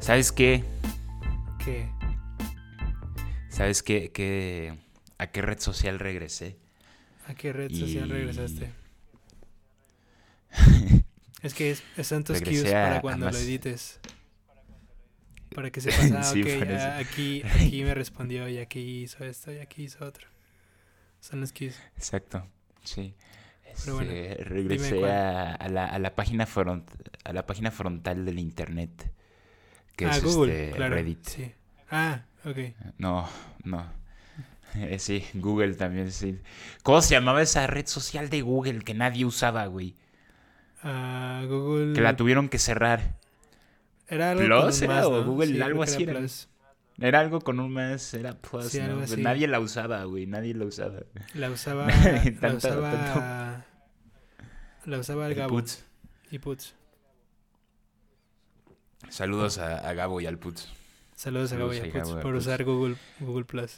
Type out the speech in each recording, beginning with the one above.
¿Sabes qué? ¿Qué? ¿Sabes qué? ¿A qué red social regresé? ¿A qué red social Y regresaste? Es que son tus cues regresé para a cuando lo más... edites. Para que sepas, Sí, ok, por eso. aquí me respondió y aquí hizo esto y aquí hizo otro. Son los cues. Exacto, sí. Pero bueno, dime Regresé cuál. a la página a la página frontal del internet, que Ah, es Google, claro, Reddit. sí. Ah, ok. No, no. Sí, Google también, sí. ¿Cómo se llamaba esa red social de Google que nadie usaba, güey? Ah, Que la Google. tuvieron que cerrar. Era algo con ¿Plus un era más, o ¿no? Google? Sí, creo Algo que era así era, ¿no? Plus. Era algo con un más, era Plus, Sí, algo ¿no? Pues así. nadie la usaba, güey, nadie la usaba. La usaba. Nadie, La tanto. usaba. La usaba el El Gabo. Putz. Y Putz. Saludos a Gabo y al Putz. Saludos a Gabo y Saludos a a Putz Gabo y al por Putz. usar Google Plus.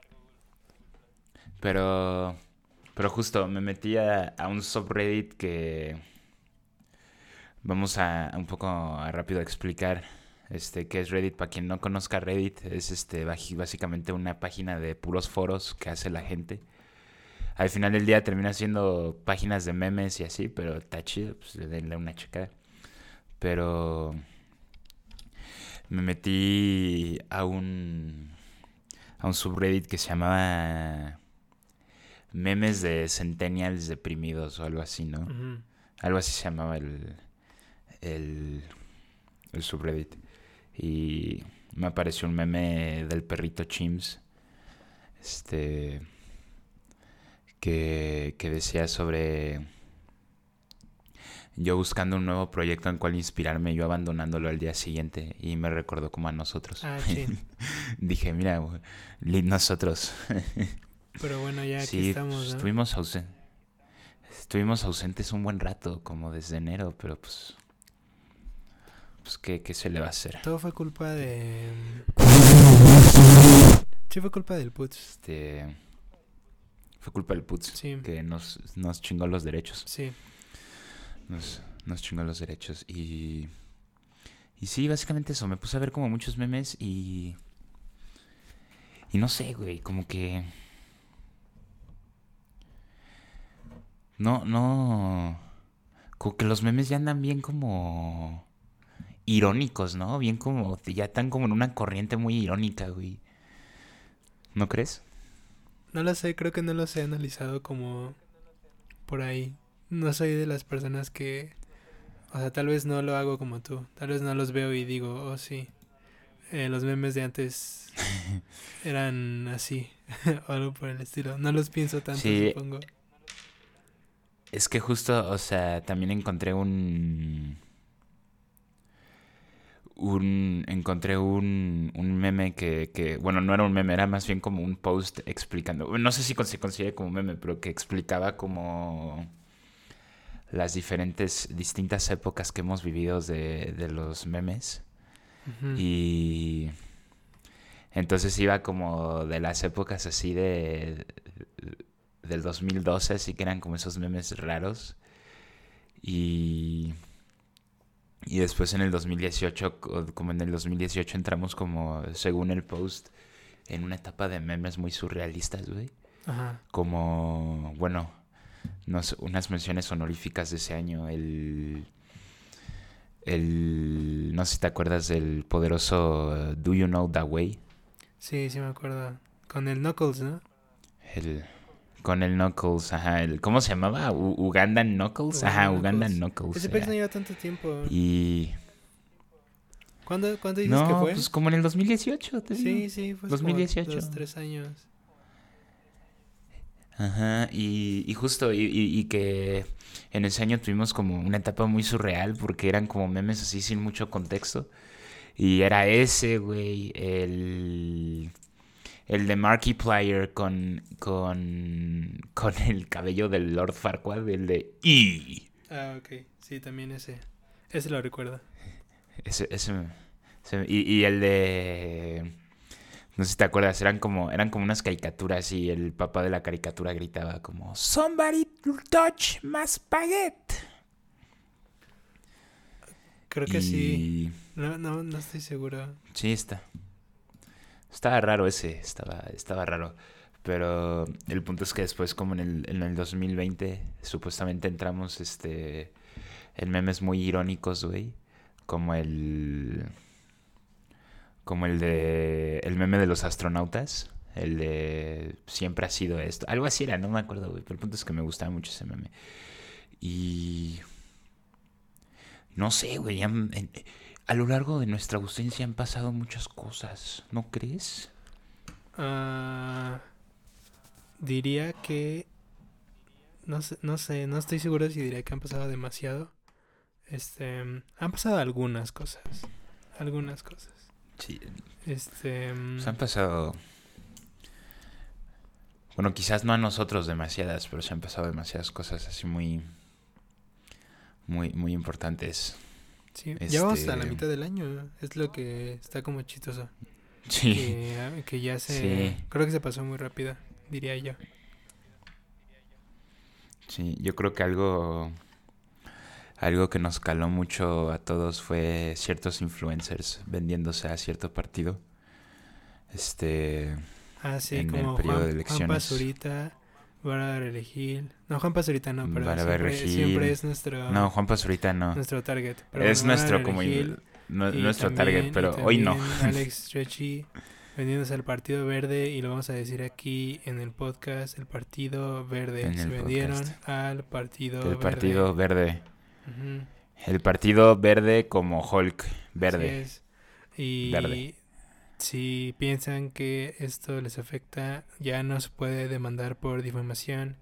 Pero, pero justo me metí a un subreddit que vamos a un poco a rápido explicar qué es Reddit. Para quien no conozca Reddit, es básicamente una página de puros foros que hace la gente. Al final del día termina siendo páginas de memes y así, pero está chido, pues denle una checada. Pero me metí a un subreddit que se llamaba memes de centennials deprimidos o algo así, ¿no? Ujú. Algo así se llamaba el, el subreddit. Y me apareció un meme del perrito Chimps, este, que decía sobre yo buscando un nuevo proyecto en cual inspirarme, yo abandonándolo al día siguiente, y me recordó como a nosotros. Ah, chin. Dije, mira, nosotros. Pero bueno, ya aquí Sí, pues, estamos, ¿no? estuvimos ausentes un buen rato, como desde enero, pero pues ¿qué se le va a hacer? Todo fue culpa de... Sí, fue culpa del Putz. Fue culpa del Putz, Sí, que nos chingó los derechos. sí. Nos chingó los derechos. Y sí, básicamente eso. Me puse a ver como muchos memes y no sé, güey, como que... No... Como que los memes ya andan bien como... irónicos, ¿no? Bien como... ya están como en una corriente muy irónica, güey. ¿No crees? No lo sé, creo que no los he analizado como por ahí. No soy de las personas que... O sea, tal vez no lo hago como tú. Tal vez no los veo y digo, oh sí, los memes de antes eran así. O algo por el estilo. No los pienso tanto, Sí, supongo. es que justo, o sea, también encontré un meme bueno, no era un meme, era más bien como un post explicando, no sé si se considera como meme, pero que explicaba como las distintas épocas que hemos vivido de los memes. Ujú. Y entonces iba como de las épocas así del 2012, así que eran como esos memes raros. Y Y después en el 2018, como en el 2018 entramos como, según el post, en una etapa de memes muy surrealistas, güey. Ajá. Como, bueno, unas menciones honoríficas de ese año. No sé si te acuerdas del poderoso Do You Know That Way. Sí, sí me acuerdo. Con el Knuckles, ¿no? El, con el Knuckles, ajá. ¿Cómo se llamaba? Ugandan Knuckles. Uganda Ajá, Ugandan Knuckles. Knuckles Ese pez no era. lleva tanto tiempo. Y... ¿Cuándo dices que No, fue? pues como en el 2018, te digo. Sí, sí, fue hace como 2018. 2, 3 años. Ajá, y justo, y que en ese año tuvimos como una etapa muy surreal porque eran como memes así sin mucho contexto. Y era ese, güey, el de Markiplier con el cabello del Lord Farquaad, el de ¡Y! Ah, ok. Sí, también ese. Ese lo recuerdo. Y el de... No sé si te acuerdas, eran como unas caricaturas y el papá de la caricatura gritaba como Somebody touch my spaghetti. Creo que sí. No estoy seguro. Sí, estaba raro estaba raro. Pero el punto es que después, como en el 2020, supuestamente entramos en memes muy irónicos, güey. Como como el meme de los astronautas. El de siempre ha sido esto. Algo así era, no me acuerdo, güey. Pero el punto es que me gustaba mucho ese meme. Y no sé, güey. A lo largo de nuestra ausencia han pasado muchas cosas, ¿no crees? Ah, diría que... no estoy seguro si diría que han pasado demasiado. Han pasado algunas cosas. Algunas cosas. Sí. Este... Pues han pasado. Bueno, quizás no a nosotros demasiadas, pero se han pasado demasiadas cosas así muy importantes. Sí, ya vamos a la mitad del año. Es lo que está como chistoso. Sí. Que ya Sí. Creo que se pasó muy rápido, diría yo. Sí, yo creo que algo que nos caló mucho a todos fue ciertos influencers vendiéndose a cierto partido. Sí, En el como periodo de Juan elecciones. Pazurita, Bárbara Regil. No, Juan Pazurita no, pero Bárbara Regil. siempre es nuestro... No, Juan Pazurita no. Nuestro target. Pero Es bueno, nuestro Bárbara Regil, nuestro target, pero hoy no. Alex Stretchy vendiéndose al Partido Verde, y lo vamos a decir aquí en el podcast, el Partido Verde. En Se el vendieron podcast. al Partido El Verde. Partido Verde. Ujú. El Partido Verde como Hulk. Verde. Así es. Y Verde. si piensan que esto les afecta, ya no se puede demandar por difamación.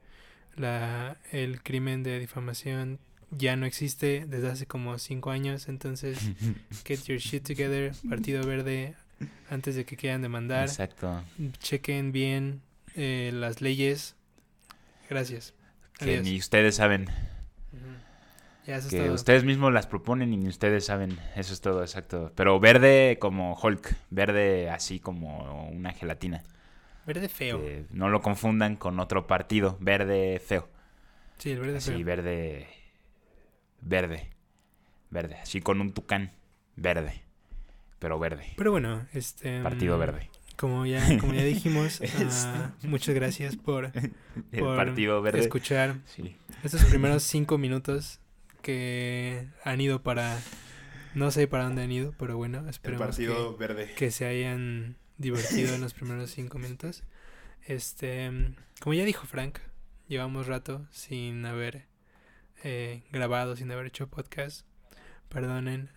El crimen de difamación ya no existe desde hace como 5 años. Entonces, get your shit together, Partido Verde, antes de que quieran demandar. Exacto. Chequen bien las leyes. Gracias. Que Adiós. ni ustedes saben. Ujú. Ya, eso es Que todo. ustedes mismos las proponen y ni ustedes saben. Eso es todo, exacto. Pero verde como Hulk. Verde así como una gelatina. Verde feo. Que no lo confundan con otro partido. Verde feo. Sí, el verde Así, feo. verde. Verde. Verde. Así con un tucán. Verde. Pero verde. Pero bueno, Partido verde. Como ya dijimos, muchas gracias por El partido verde. escuchar Sí. estos primeros 5 minutos que han ido para... No sé para dónde han ido, pero bueno, esperemos verde. que se hayan divertido en los primeros 5 minutos. Como ya dijo Frank, llevamos rato sin haber grabado, sin haber hecho podcast. Perdonen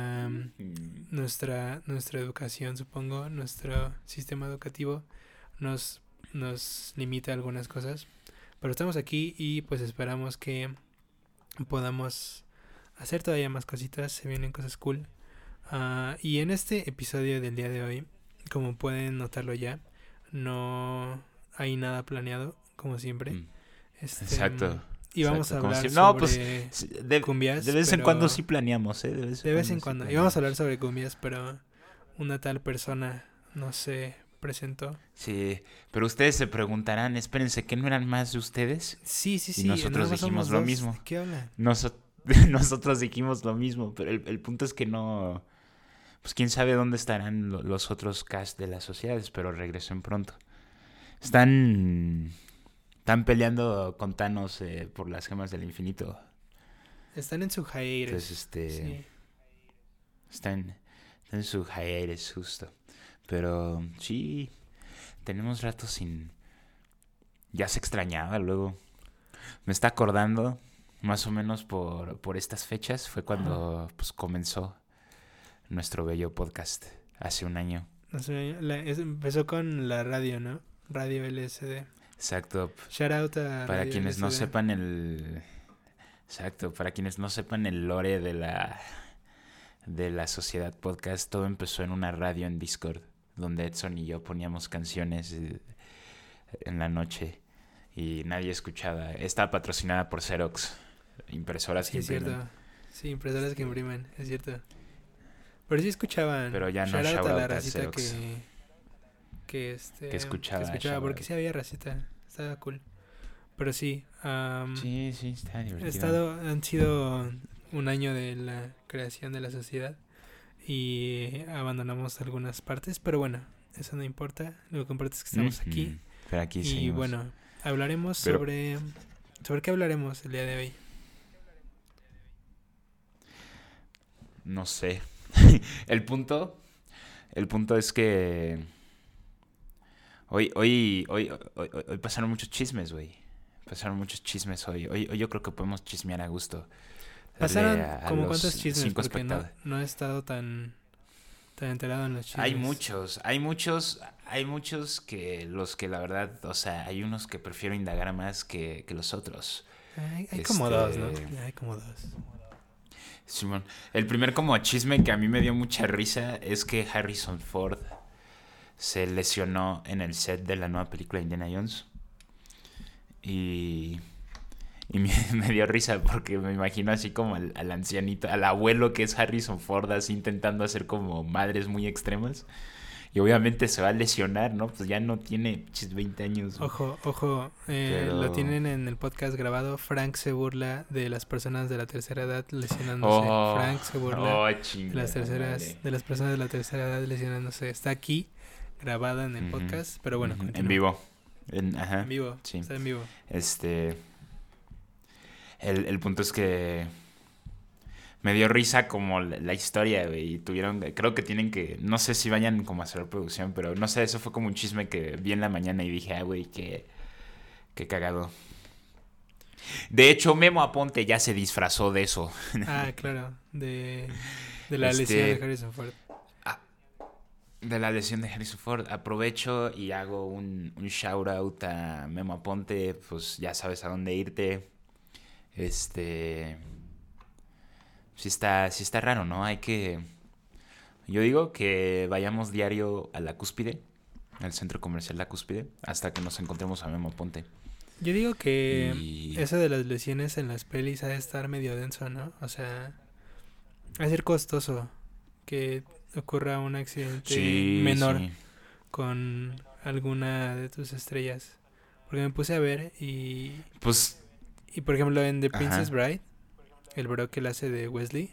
nuestra educación, supongo, nuestro sistema educativo nos limita algunas cosas, pero estamos aquí y pues esperamos que podamos hacer todavía más cositas. Se vienen cosas cool. Y en este episodio del día de hoy, como pueden notarlo ya, no hay nada planeado, como siempre. Exacto. Y vamos Exacto, a hablar no, sobre pues, cumbias. De vez en cuando sí planeamos, ¿eh? De vez en cuando. Y vamos a hablar sobre cumbias, pero una tal persona no se presentó. Sí, pero ustedes se preguntarán, espérense, ¿que no eran más de ustedes? Sí. Y nosotros dijimos lo mismo. ¿De qué hablan? Nosotros dijimos lo mismo, pero el punto es que no... Pues quién sabe dónde estarán los otros cast de las sociedades, pero regresen pronto. Están peleando con Thanos por las gemas del infinito. Están en su hiatus. Entonces, sí. Están en su hiatus, justo. Pero sí, tenemos rato sin... Ya se extrañaba luego. Me está acordando, más o menos por estas fechas, fue cuando pues comenzó nuestro bello podcast, hace un año. Empezó con la radio, ¿no? Radio LSD. Exacto. Shout out a Para Radio quienes LSD. no sepan Exacto, para quienes no sepan el lore de la sociedad podcast, todo empezó en una radio en Discord, donde Edson y yo poníamos canciones en la noche y nadie escuchaba. Estaba patrocinada por Xerox, impresoras que imprimen. Sí, es cierto. Sí, impresoras que imprimen, es cierto. Pero sí escuchaban. Pero ya no, shout out shout a la out a racita Xerox. que escuchaba, porque sí había racita. Estaba cool. Pero sí, Sí, está divertido. un año de la creación de la sociedad y abandonamos algunas partes, pero bueno, eso no importa. Lo que importa es que estamos aquí. Pero aquí Y seguimos. bueno, hablaremos Pero- sobre... ¿Sobre qué hablaremos el día de hoy? No sé. El punto, el punto es que hoy pasaron muchos chismes, güey. Pasaron muchos chismes hoy. Hoy yo creo que podemos chismear a gusto. Darle Pasaron a como los cuántos chismes, 5 porque espectadores. no he estado tan enterado en los chismes. Hay muchos que los que la verdad, o sea, hay unos que prefiero indagar más que los otros. Hay como dos, ¿no? Este, Hay como dos. Simón, el primer como chisme que a mí me dio mucha risa es que Harrison Ford se lesionó en el set de la nueva película de Indiana Jones. Y me dio risa porque me imagino así como al ancianito, al abuelo que es Harrison Ford, así intentando hacer como madres muy extremas. Y obviamente se va a lesionar, ¿no? Pues ya no tiene 20 años. Ojo, Pero... lo tienen en el podcast grabado. Frank se burla de las personas de la tercera edad lesionándose. Frank se burla de las de las personas de la tercera edad lesionándose. Está aquí grabada en el podcast, pero bueno, en vivo. En vivo, sí. está en vivo. El punto es que me dio risa como la historia, güey, y creo que tienen que, no sé si vayan como a hacer producción, pero no sé, eso fue como un chisme que vi en la mañana y dije, güey, qué cagado. De hecho, Memo Aponte ya se disfrazó de eso. Ah, claro, de la lesión de Harrison Ford. De la lesión de Harrison Ford. Aprovecho y hago un shout out a Memo Aponte, pues ya sabes a dónde irte. Sí está raro, ¿no? Yo digo que vayamos diario a La Cúspide, al centro comercial La Cúspide, hasta que nos encontremos a Memo Aponte. Yo digo que eso de las lesiones en las pelis ha de estar medio denso, ¿no? O sea, ha de ser costoso que ocurra un accidente menor con alguna de tus estrellas. Porque me puse a ver y por ejemplo en The Princess Bride, el bro que la hace de Wesley,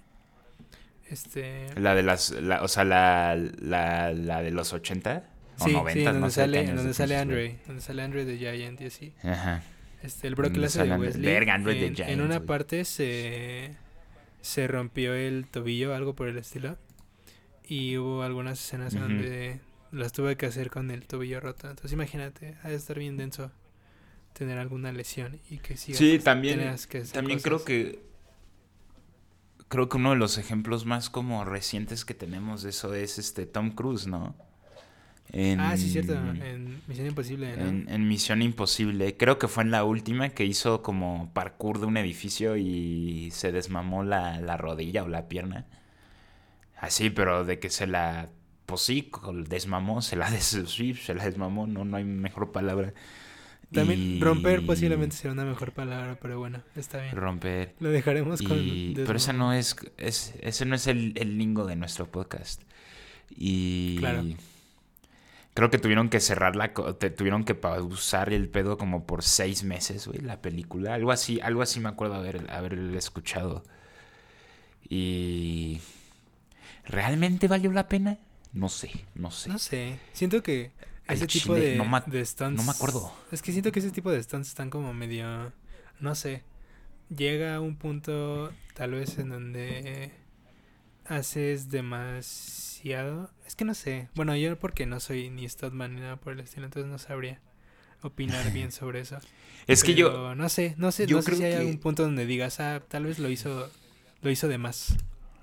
la de la de los 80 o 90, donde no sé, donde sale Andre the Giant y así. Ajá. El bro que la hace de Wesley, en una parte se rompió el tobillo, algo por el estilo, y hubo algunas escenas donde las tuve que hacer con el tobillo roto. Entonces imagínate, ha de estar bien denso tener alguna lesión y que sigas. Sí, también creo que uno de los ejemplos más como recientes que tenemos de eso es Tom Cruise, ¿no? Sí, cierto, en Misión Imposible, ¿no? En Misión Imposible, creo que fue en la última que hizo como parkour de un edificio y se desmamó la rodilla o la pierna. Así, pero de que pues sí, desmamó, se la desmamó, no hay mejor palabra. También romper posiblemente será una mejor palabra, pero bueno, está bien. Romper. Lo dejaremos con... Pero ese no es el lingo de nuestro podcast. Y claro. Creo que tuvieron que tuvieron que pausar el pedo como por 6 meses, güey, la película. Algo así me acuerdo haber escuchado. Y... ¿realmente valió la pena? No sé. Siento que ese tipo de stunts... No me acuerdo. Es que siento que ese tipo de stunts están como medio... No sé. Llega a un punto tal vez en donde haces demasiado... Es que no sé. Bueno, yo porque no soy ni stuntman ni nada por el estilo, entonces no sabría opinar bien sobre eso. Que yo... No sé si hay algún punto donde digas, tal vez lo hizo de más.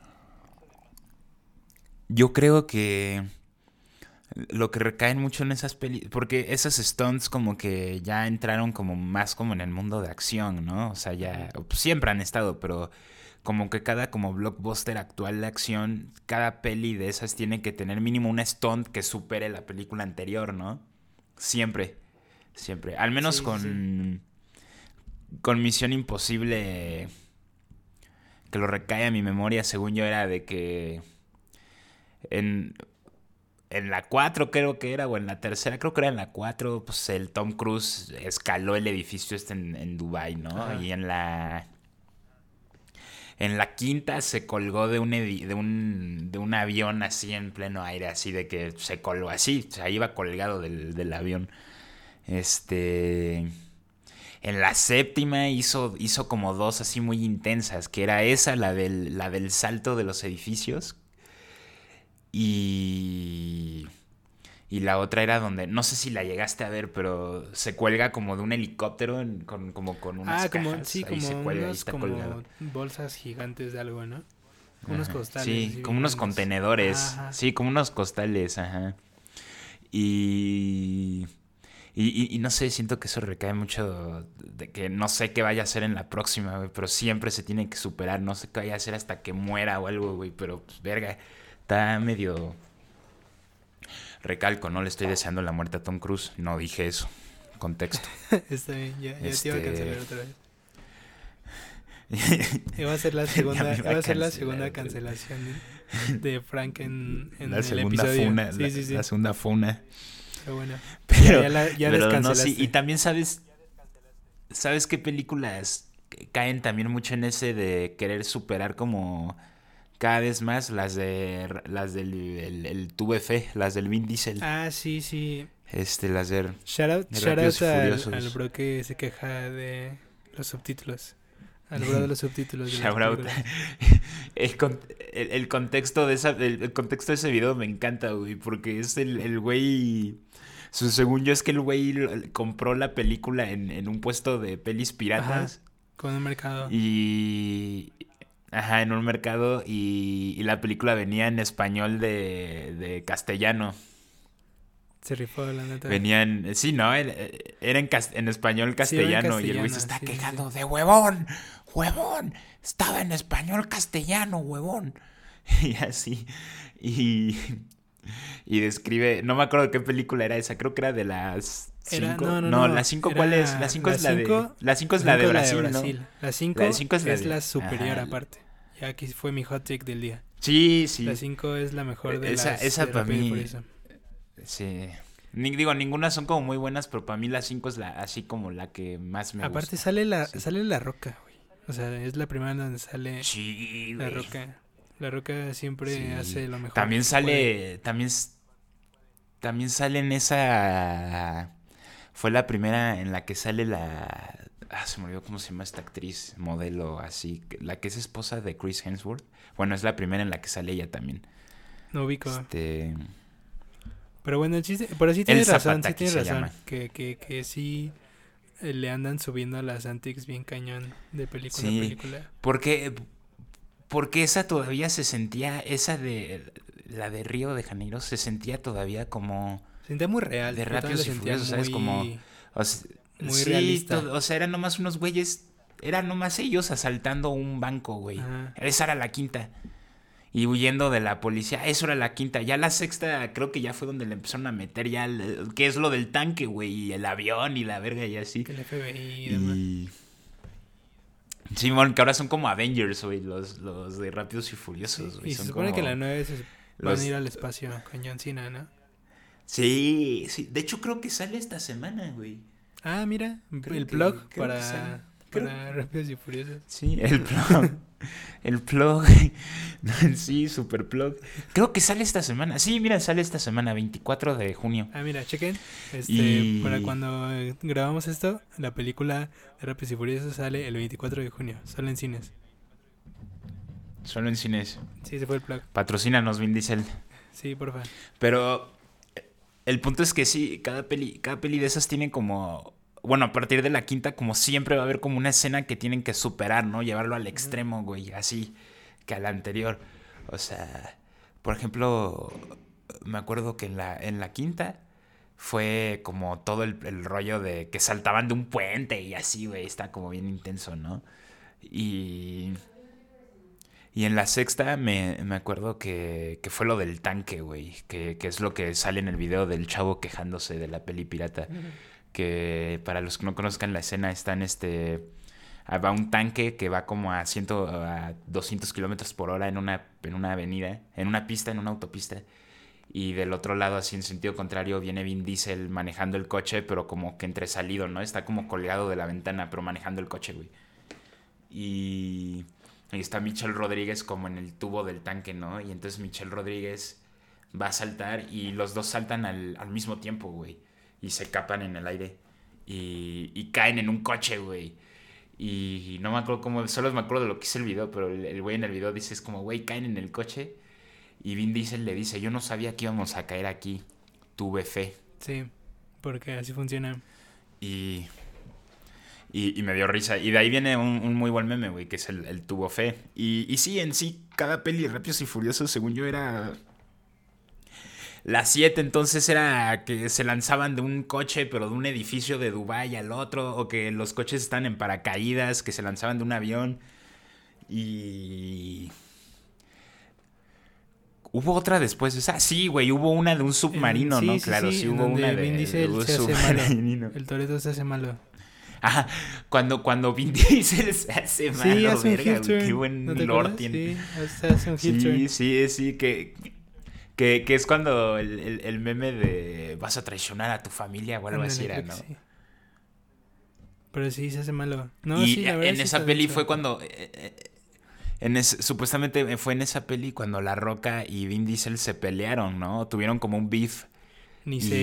Yo creo que lo que recaen mucho en esas porque esas stunts como que ya entraron como más como en el mundo de acción, ¿no? O sea, ya siempre han estado, pero como que cada como blockbuster actual de acción, cada peli de esas tiene que tener mínimo un stunt que supere la película anterior, ¿no? Siempre. Al menos con Misión Imposible, que lo recae a mi memoria, según yo, era de que en la 4 creo que era, o en la tercera, creo que era en la 4, pues el Tom Cruise escaló el edificio en Dubai, ¿no? Ajá. Y en En la quinta se colgó de un avión así en pleno aire, así de que se colgó así, o sea, iba colgado del avión. Este... En la séptima hizo como dos así muy intensas, que era esa, la del salto de los edificios. Y... Y la otra era donde, no sé si la llegaste a ver, pero se cuelga como de un helicóptero como con unas cajas. Sí, Ahí se como cuelga, ahí unos está colgado. como bolsas gigantes de algo, ¿no? Como unos Ajá. costales Sí, así como bien unos grandes. contenedores. Ajá. Sí, como unos costales, ajá. Y... y no sé, siento que eso recae mucho de que no sé qué vaya a hacer en la próxima, güey, pero siempre se tiene que superar, no sé qué vaya a hacer hasta que muera o algo, güey, pero pues verga, está medio... Recalco, no le estoy deseando la muerte a Tom Cruise, no dije eso, contexto. Está bien, ya te iba a cancelar Este... otra vez. Iba a ser la Ya segunda, me va iba a a ser la cancelar segunda otra vez. cancelación de Frank en La el segunda episodio. funa, Sí, sí, sí. la segunda funa. Pero bueno, Pero, ya pero no, sí, y descancelaste. también ¿sabes qué películas caen también mucho en ese de querer superar como cada vez más las del el Tuve Fe, las del Vin Diesel, Ah, sí, sí. las de Shout Rápidos out y al Furiosos. bro que se queja de los subtítulos. Al bro de los subtítulos de las Shout out. películas. El contexto el contexto de ese video me encanta, güey, porque es el güey. Según yo es que el güey compró la película en un puesto de pelis Ajá, piratas con un mercado. y... Ajá, en un mercado y la película venía en español de castellano. Se rifó, la neta. Venían, sí, ¿no? Era en español Sí, iba en castellano y el güey se castellano, está sí, sí, sí. quejando de huevón, huevón, estaba en español castellano, huevón. Y así. Y, y describe, no me acuerdo de qué película era esa, creo que era de las Era, 5. no, no, No, no. las 5, ¿cuál es? Era Las 5 la es la de... 5. La 5 es La la de 5 es la de Brasil, ¿no? Brasil. La La 5 de 5 es la es de... la superior Ajá. aparte. Ya aquí fue mi hot take del día. Sí, La sí. 5 es la mejor de Esa de para Rápido y mí... Furioso. Sí. Digo, ninguna son como muy buenas, pero para mí la 5 es así como la que más me Aparte gusta. Sí. sale la Roca, güey. O sea, es la primera donde sale Sí, la güey. Roca. La Roca siempre Sí. hace lo mejor También que puede. sale. También sale en esa. Fue la primera en la que sale la. Se me olvidó cómo se llama esta actriz, modelo, así. La que es esposa de Chris Hemsworth. Bueno, es la primera en la que sale ella también. No ubico. Este. Pero bueno, el chiste. Pero sí tienes Elsa razón, sí Pataky tienes se razón. llama. Que sí le andan subiendo a las antics bien cañón de película a Sí. película. Porque esa todavía se sentía. Esa de. La de Río de Janeiro se sentía todavía como. Se sentía muy real. De Yo también lo Rápidos y sentía Furiosos, ¿sabes? Como. O sea, muy sí, realista. o sea, eran nomás unos güeyes. Eran nomás ellos asaltando un banco, güey. Ajá. Esa era la quinta. Y huyendo de la policía. Eso era la quinta. Ya la sexta creo que ya fue donde le empezaron a meter ya qué es lo del tanque, güey. Y el avión y la verga y así. Que el FBI y demás. Y... Simón, que ahora son como Avengers, güey. Los de Rápidos y Furiosos, Sí, güey. y se Son supone como... que la 9 van los... a ir al espacio con John Cena, ¿no? Sí, sí. De hecho creo que sale esta semana, güey. Ah, mira, Creo el que- plug creo que sale. para Rápidos y Furiosos. Sí, el plug. El plug. Sí, super plug. Creo que sale esta semana. Sí, mira, sale esta semana, 24 de junio. Ah, mira, chequen. Y- Para cuando grabamos esto, la película de Rápidos y Furiosos sale el 24 de junio, solo en cines. Solo en cines. Sí, ese fue el plug. Patrocínanos, Vin Diesel. Sí, porfa. Pero el punto es que sí, cada peli de esas tiene como... Bueno, a partir de la quinta, como siempre va a haber como una escena que tienen que superar, ¿no? Llevarlo al extremo, güey, así que al anterior. O sea, por ejemplo, me acuerdo que en la quinta fue como todo el rollo de que saltaban de un puente y así, güey, está como bien intenso, ¿no? Y en la sexta me acuerdo que fue lo del tanque, güey, que es lo que sale en el video del chavo quejándose de la peli pirata. Que para los que no conozcan la escena está va un tanque que va como a 200 kilómetros por hora en una avenida, en una pista, en una autopista. Y del otro lado, así en sentido contrario, viene Vin Diesel manejando el coche, pero como que entresalido, ¿no? Está como colgado de la ventana, pero manejando el coche, güey. Y Y está Michelle Rodríguez como en el tubo del tanque, ¿no? Y entonces Michelle Rodríguez va a saltar y los dos saltan al mismo tiempo, güey. Y se capan en el aire. Y caen en un coche, güey. Y no me acuerdo cómo, solo me acuerdo de lo que hice el video, pero el güey en el video dice, es como, güey, caen en el coche. Y Vin Diesel le dice, yo no sabía que íbamos a caer aquí. Tuve fe. Sí, porque así funciona. Y me dio risa. Y de ahí viene un muy buen meme, güey, que es el tuvo fe. Y sí, en sí, cada peli de Rápidos y Furiosos, según yo, era... Las 7 entonces era que se lanzaban de un coche, pero de un edificio de Dubái al otro, o que los coches están en paracaídas, que se lanzaban de un avión. Y... Hubo otra después de esa. Sí, güey, hubo una de un submarino, sí, ¿no? sí, claro, sí, hubo donde una Vin de Diesel un se hace malo. submarino. El Toretto se hace malo. Ajá, cuando Vin Diesel se hace malo, Sí, hace un verga, heel güey, qué turn. buen ¿No te lore acuerdas? tiene. Sí, hace un heel turn. Sí, que es cuando el meme de vas a traicionar a tu familia o algo Ándale, así era, creo que ¿no? sí. Pero sí, se hace malo. No, Y sí, la verdad en sí esa está peli hecho. fue cuando... supuestamente fue en esa peli cuando La Roca y Vin Diesel se pelearon, ¿no? Tuvieron como un beef. Ni sé.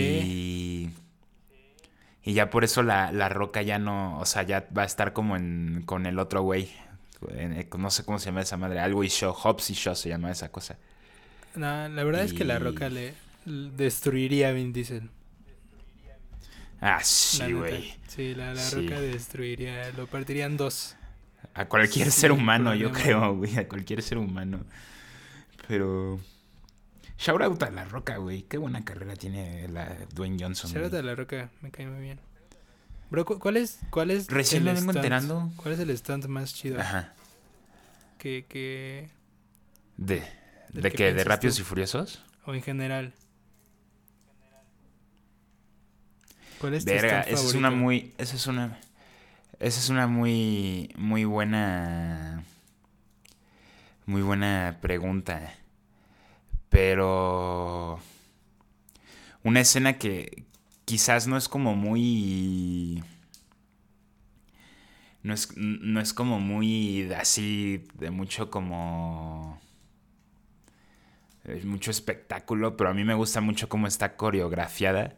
Y ya por eso la Roca ya no... O sea, ya va a estar como con el otro güey. No sé cómo se llama esa madre. Algo y Shaw. Hobbs y Shaw se llama esa cosa. No, la verdad es que La Roca le destruiría a Vin Diesel. Ah, La sí, neta. güey. Sí, la Sí. Roca destruiría. Lo partirían dos. A cualquier Sin ser humano, yo problema. creo, güey. A cualquier ser humano. Pero... Shout out a La Roca, güey. Qué buena carrera tiene la Dwayne Johnson. Shout out a La Roca, me cae muy bien. Bro, ¿cuál es Recién me vengo stunt? enterando. ¿Cuál es el stunt más chido? Ajá. Que ¿De del qué? que ¿De piensas Rápidos tú? y Furiosos? O en general. ¿Cuál es tu Verga, stunt esa favorito? es una muy buena pregunta. Pero una escena que quizás no es como muy no es como muy así de mucho como mucho espectáculo, pero a mí me gusta mucho cómo está coreografiada.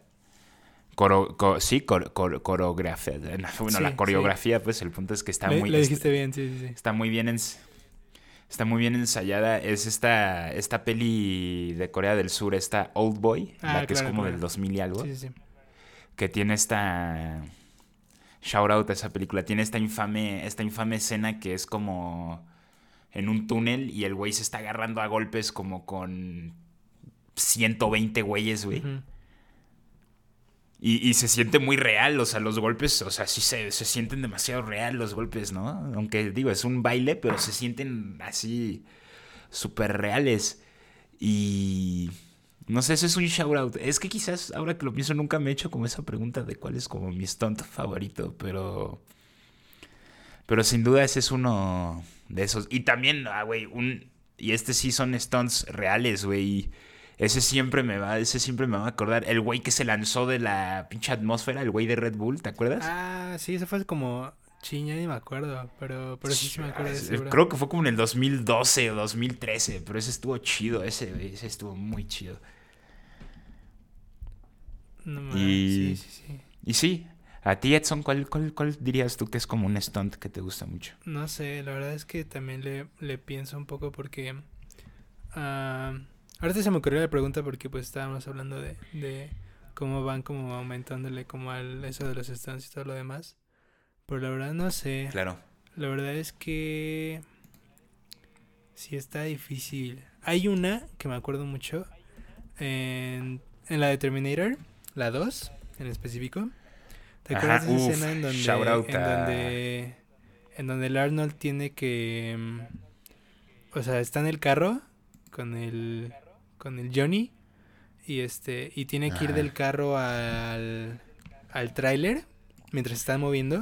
Coreografiada. Bueno, Sí, la sí. coreografía, pues el punto es que está muy Le dijiste bien, sí, sí, sí. está muy bien está muy bien ensayada. Es esta peli de Corea del Sur, esta Old Boy, la que es Claro, como claro. del 2000 y algo, Sí, sí, sí. que tiene esta shout out a esa película, tiene esta infame escena que es como en un túnel y el güey se está agarrando a golpes como con 120 güeyes, güey. Ujú. Y se siente muy real, o sea, los golpes, o sea, sí se sienten demasiado real los golpes, ¿no? Aunque digo, es un baile, pero se sienten así súper reales. Y no sé, eso es un shout out. Es que quizás, ahora que lo pienso, nunca me he hecho como esa pregunta de cuál es como mi stunt favorito, pero sin duda ese es uno de esos. Y también, güey, y este sí son stunts reales, güey. Ese siempre me va a acordar. El güey que se lanzó de la pinche atmósfera, el güey de Red Bull, ¿te acuerdas? Ah, sí, eso fue como... Chiña, ni me acuerdo, pero sí me acuerdo de ese, bro. Creo que fue como en el 2012 o 2013, pero ese estuvo chido, ese estuvo muy chido. No más, sí, Y, sí, sí. y sí, a ti, Edson, ¿cuál dirías tú que es como un stunt que te gusta mucho? No sé, la verdad es que también le pienso un poco porque... ahorita se me ocurrió la pregunta porque pues estábamos hablando de cómo van como aumentándole como al eso de los stunts y todo lo demás. Pero la verdad no sé. Claro. La verdad es que sí está difícil. Hay una que me acuerdo mucho en la de Terminator, la 2 en específico. ¿Te acuerdas de esa escena en shout out en donde el Arnold tiene que o sea, está en el carro con el Johnny y tiene que ir del carro al tráiler mientras se están moviendo?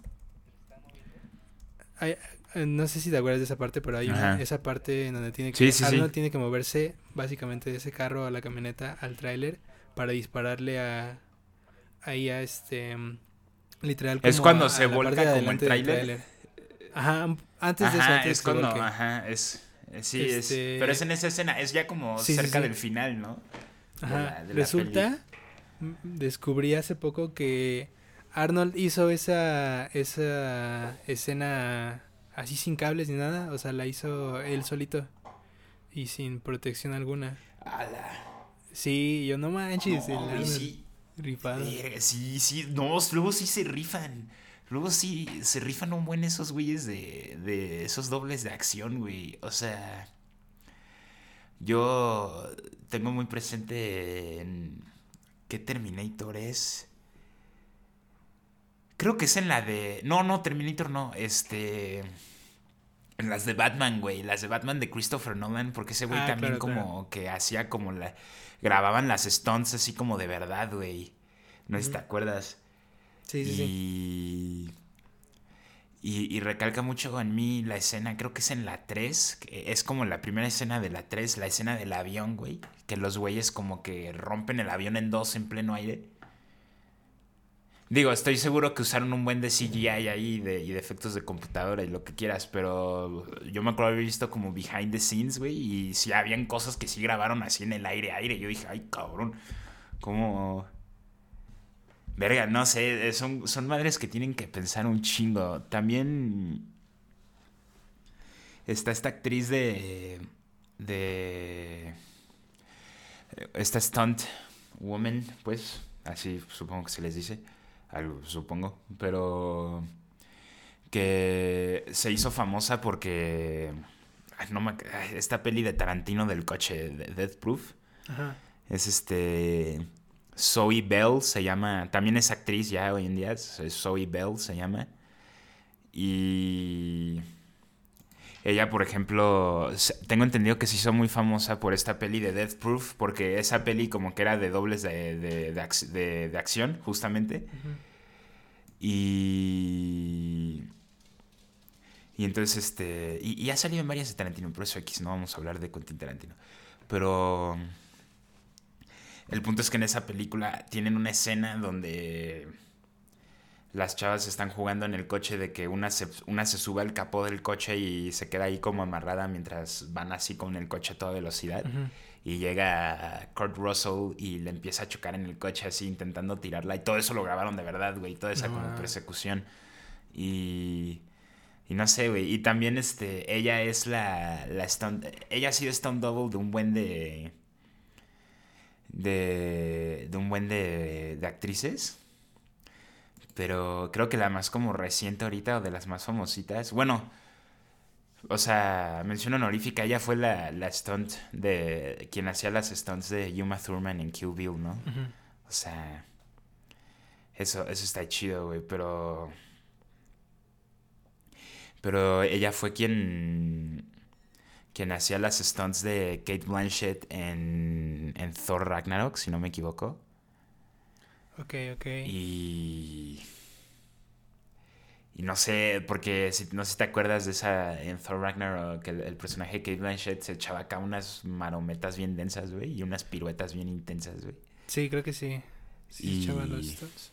No sé si te acuerdas de esa parte, pero hay esa parte en donde tiene que Arnold tiene que moverse básicamente de ese carro a la camioneta al tráiler para dispararle ahí a literal como es cuando a se la parte volca de como el adelante del tráiler. Ajá, antes de eso, Ajá, antes es que se cuando, volque. ajá, sí, pero es en esa escena, es ya como Sí, sí, cerca sí. del final, ¿no? Ajá. De la peli. Resulta, descubrí hace poco que Arnold hizo esa escena así sin cables ni nada. O sea, la hizo él solito y sin protección alguna. ¡Hala! Sí, yo no manches, No, el güey, Arnold sí. rifado. Sí, sí, no, luego sí se rifan. Luego sí se rifan un buen esos güeyes de esos dobles de acción, güey. O sea, yo tengo muy presente en qué Terminator es. Creo que es en la de... No, no, Terminator no. En las de Batman, güey. Las de Batman de Christopher Nolan. Porque ese güey Ah, también claro, claro. como que hacía como la... Grababan las stunts así como de verdad, güey. No sé si te Ujú. acuerdas. Sí, sí, sí. Y... Y recalca mucho en mí la escena, creo que es en la 3, que es como la primera escena de la 3, la escena del avión, güey. Que los güeyes como que rompen el avión en dos en pleno aire. Digo, estoy seguro que usaron un buen de CGI ahí y de efectos de computadora y lo que quieras, pero yo me acuerdo haber visto como behind the scenes, güey, y sí habían cosas que sí grabaron así en el aire. Yo dije, ay, cabrón, ¿cómo? Verga, no sé, son madres que tienen que pensar un chingo. También está esta actriz de esta stunt woman, pues, así supongo que se les dice, algo supongo, pero que se hizo famosa porque esta peli de Tarantino del coche, de Death Proof, Ajá. es Zoe Bell se llama, también es actriz ya hoy en día, Zoe Bell se llama, y ella, por ejemplo, tengo entendido que se hizo muy famosa por esta peli de Death Proof, porque esa peli como que era de dobles de acción, justamente. Ujú. Y... Y entonces, y ha salido en varias de Tarantino, por eso X, no vamos a hablar de Quentin Tarantino. Pero el punto es que en esa película tienen una escena donde las chavas están jugando en el coche de que una se sube al capó del coche y se queda ahí como amarrada mientras van así con el coche a toda velocidad. Ujú. Y llega Kurt Russell y le empieza a chocar en el coche así intentando tirarla. Y todo eso lo grabaron de verdad, güey. Toda esa No, como persecución. Y... Y no sé, güey. Y también ella es la stunt... Ella ha sido stunt double de un buen de un buen de actrices. Pero creo que la más como reciente ahorita o de las más famositas. Bueno, o sea, mención honorífica, ella fue la stunt de quien hacía las stunts de Uma Thurman en Kill Bill, ¿no? ujú. O sea, eso está chido, güey, pero ella fue quien hacía las stunts de Kate Blanchett en Thor Ragnarok, si no me equivoco. Ok, ok. Y Y no sé, porque no sé si te acuerdas de esa en Thor Ragnarok, que el personaje de Kate Blanchett se echaba acá unas marometas bien densas, güey, y unas piruetas bien intensas, güey. Sí, creo que sí. Sí, se echaba los Y, stunts.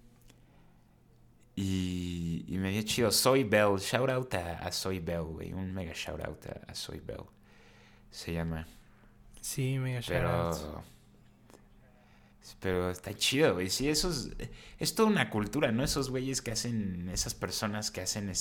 y me dio chido. Soy Bell, shout out a Soy Bell, güey, un mega shout out a Soy Bell, se llama. Sí, mega shoutouts. Pero, pero está chido, güey, sí, es toda una cultura, ¿no? Esos güeyes que hacen, esas personas que hacen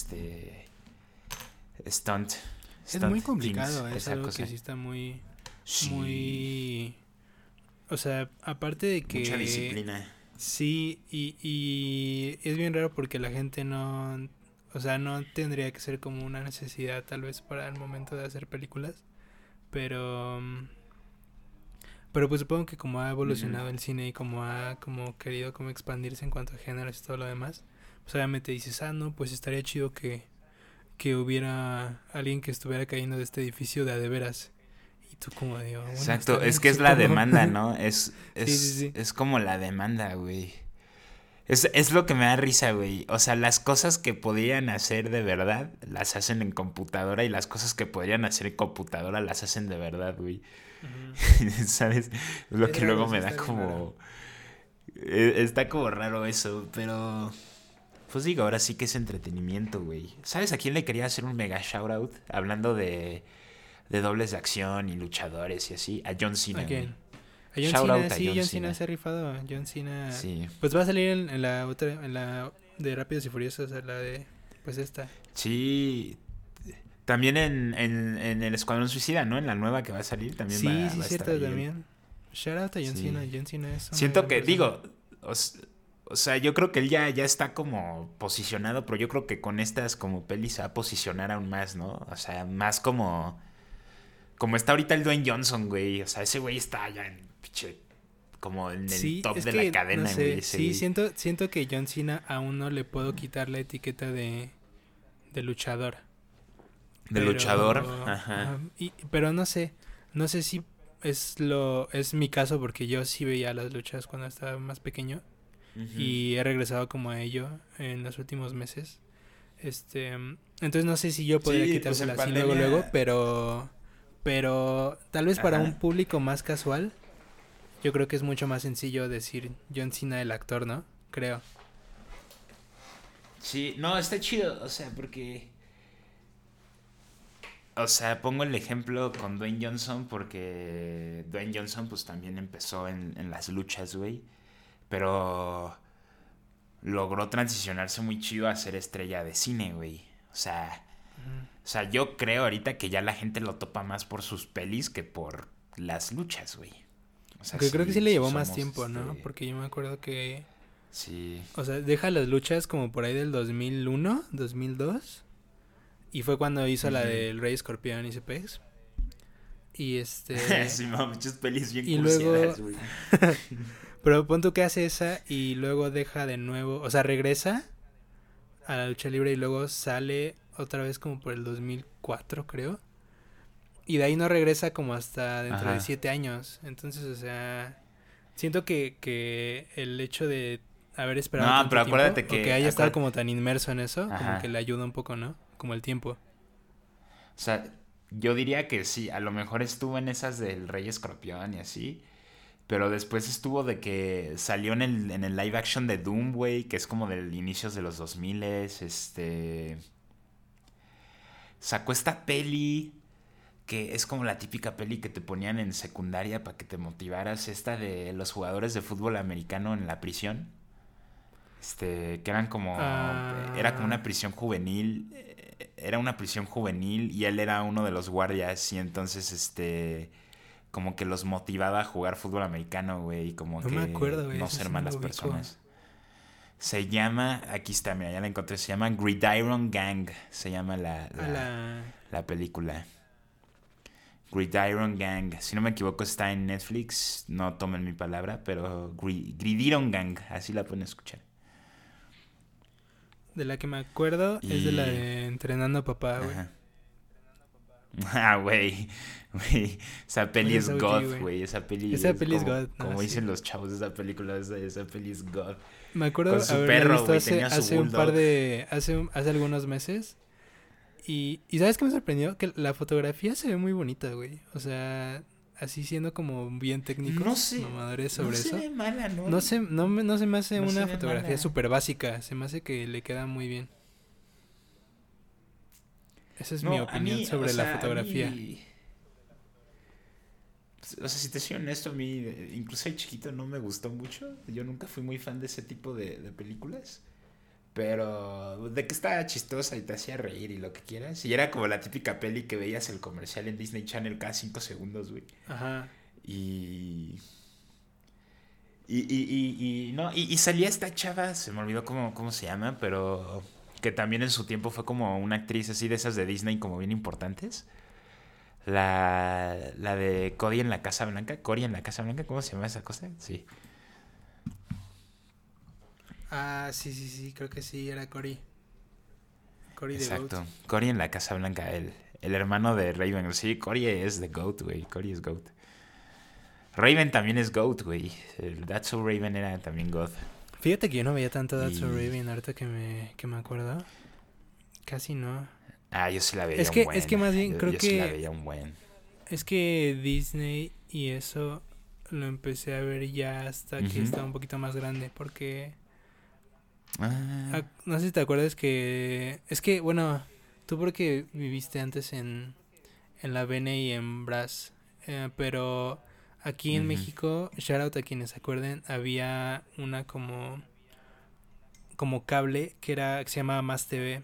stunt, Es stunt muy things, complicado, es esa algo que cosa. sí está muy, Sí, muy... O sea, aparte de mucha que disciplina. sí, y es bien raro porque la gente no... O sea, no tendría que ser como una necesidad tal vez para el momento de hacer películas, pero... Pero pues supongo que como ha Ujú. evolucionado el cine y como ha como querido como expandirse en cuanto a géneros y todo lo demás, pues obviamente dices, ah, no, pues estaría chido que hubiera alguien que estuviera cayendo de este edificio de a de veras. Y tú como digo, bueno, está Exacto, es bien, que es la supongo. demanda, ¿no? Sí, sí, sí. Es como la demanda, güey. Es lo que me da risa, güey. O sea, las cosas que podrían hacer de verdad las hacen en computadora y las cosas que podrían hacer en computadora las hacen de verdad, güey. Ujú. ¿Sabes? Lo Es que raro, luego sí me da está bien raro. como... Está como raro eso, pero... Pues digo, ahora sí que es entretenimiento, güey. ¿Sabes a quién le quería hacer un mega shoutout? Hablando de dobles de acción y luchadores y así. A John ¿A Cena, güey. quién? A John Cena, Shoutout a sí, John John Cena Cena. se ha rifado. John Cena. Sí. Pues va a salir en la otra, en la de Rápidos y Furiosos, la de, pues esta. Sí. También en el Escuadrón Suicida, ¿no? En la nueva que va a salir también Sí, sí, va a estar cierto, ahí él. también. Shout out a John Cena. Sí. John Cena es una Siento gran que, persona. digo, o sea, yo creo que él ya está como posicionado, pero yo creo que con estas como pelis se va a posicionar aún más, ¿no? O sea, más como está ahorita el Dwayne Johnson, güey. O sea, ese güey está ya en pinche, como en el Sí, top es de que, la cadena, no güey, sé, ese sí, güey. siento que John Cena aún no le puedo quitar la etiqueta de luchador. De luchador, Pero, ajá. pero no sé si es mi caso porque yo sí veía las luchas cuando estaba más pequeño Ujú. y he regresado como a ello en los últimos meses. Entonces no sé si yo podría Sí, pues quitársela en así luego, pandemia. pero tal vez para un Ajá. público más casual, yo creo que es mucho más sencillo decir John Cena el actor, ¿no? Creo. Sí, no, está chido, o sea, porque... O sea, pongo el ejemplo con Dwayne Johnson porque Dwayne Johnson pues también empezó en las luchas, güey. Pero logró transicionarse muy chido a ser estrella de cine, güey. Ujú. O sea, yo creo ahorita que ya la gente lo topa más por sus pelis que por las luchas, güey. O sea, Aunque creo que sí le si llevó más somos, tiempo, ¿no? Porque yo me acuerdo que, sí. o sea, deja las luchas como por ahí del 2001, 2002. Y fue cuando hizo la Ujú. del Rey Escorpión y Cepex. Y este. Sí, no, muchas pelis bien Y luego. cursiadas, güey. Pero pon tú que hace esa y luego deja de nuevo. O sea, regresa a la lucha libre y luego sale otra vez como por el 2004, creo. Y de ahí no regresa como hasta dentro de Ajá. 7 años. Entonces, o sea. Siento que el hecho de haber esperado No, tanto pero tiempo acuérdate o que que... haya estado como tan inmerso en eso, como que Ajá. le ayuda un poco, ¿no? Como el tiempo. O sea, yo diría que sí, a lo mejor estuvo en esas del Rey Escorpión y así, pero después estuvo de que salió en el live action de Doom, güey, que es como del inicios de los 2000, sacó esta peli que es como la típica peli que te ponían en secundaria para que te motivaras, esta de los jugadores de fútbol americano en la prisión. Que eran como... Era como Ah, una prisión juvenil. Era una prisión juvenil y él era uno de los guardias y entonces, como que los motivaba a jugar fútbol americano, güey, y como no me que acuerdo, güey. no Ese ser sí no lo malas ubico. personas. Se llama, aquí está, mira, ya la encontré, se llama Gridiron Gang, se llama A la. la película. Gridiron Gang, si no me equivoco está en Netflix, no tomen mi palabra, pero Gridiron Gang, así la pueden escuchar. De la que me acuerdo es de la Y... de Entrenando a Papá, güey. Ajá. Ah, güey, esa Pues peli esa es OG, God, güey. güey, esa peli Esa es peli es como, God, ¿no? como Sí. dicen los chavos de esa película, esa peli es God. Me Con acuerdo su haberla perro, visto güey, tenía su hace un par bulldog. de. Hace algunos meses. Y ¿sabes qué me sorprendió? Que la fotografía se ve muy bonita, güey. O sea, así siendo como bien No técnicos, sé, mamadores no sobre se eso. ve mala, ¿no? No se me hace No se una ve fotografía mala. súper básica. Se me hace que le queda muy bien. Esa es mi No, opinión o sobre la sea, a fotografía. mí... O sea, si te soy honesto, a mí, incluso de chiquito no me gustó mucho. Yo nunca fui muy fan de ese tipo de películas. Pero de que estaba chistosa y te hacía reír y lo que quieras. Y era como la típica peli que veías el comercial en Disney Channel cada 5 segundos, güey. Ajá. Y... no, y salía esta chava, se me olvidó cómo se llama, pero que también en su tiempo fue como una actriz así de esas de Disney como bien importantes. La de Cody en la Casa Blanca, Cory en la Casa Blanca, ¿cómo se llama esa cosa? Sí. Ah, sí, sí, sí, creo que sí, era Cory. Cory the Goat. Exacto. Cory en la Casa Blanca, el hermano de Raven. Sí, Cory es the GOAT, güey. Cory es GOAT. Raven también es GOAT, güey. El That's So Raven era también GOAT. Fíjate que yo no veía tanto That's So Y... Raven ahorita que me acuerdo. Casi no. Ah, yo sí la veía un Es que buen. más bien creo Yo sí la que veía un buen. es que Disney y eso lo empecé a ver ya hasta que Ujú. estaba un poquito más grande porque No sé si te acuerdas que... Es que, bueno, tú porque viviste antes en la Bene y en Brass, pero aquí en Ujú, México, shout out a quienes se acuerden, había una como cable que se llamaba Más TV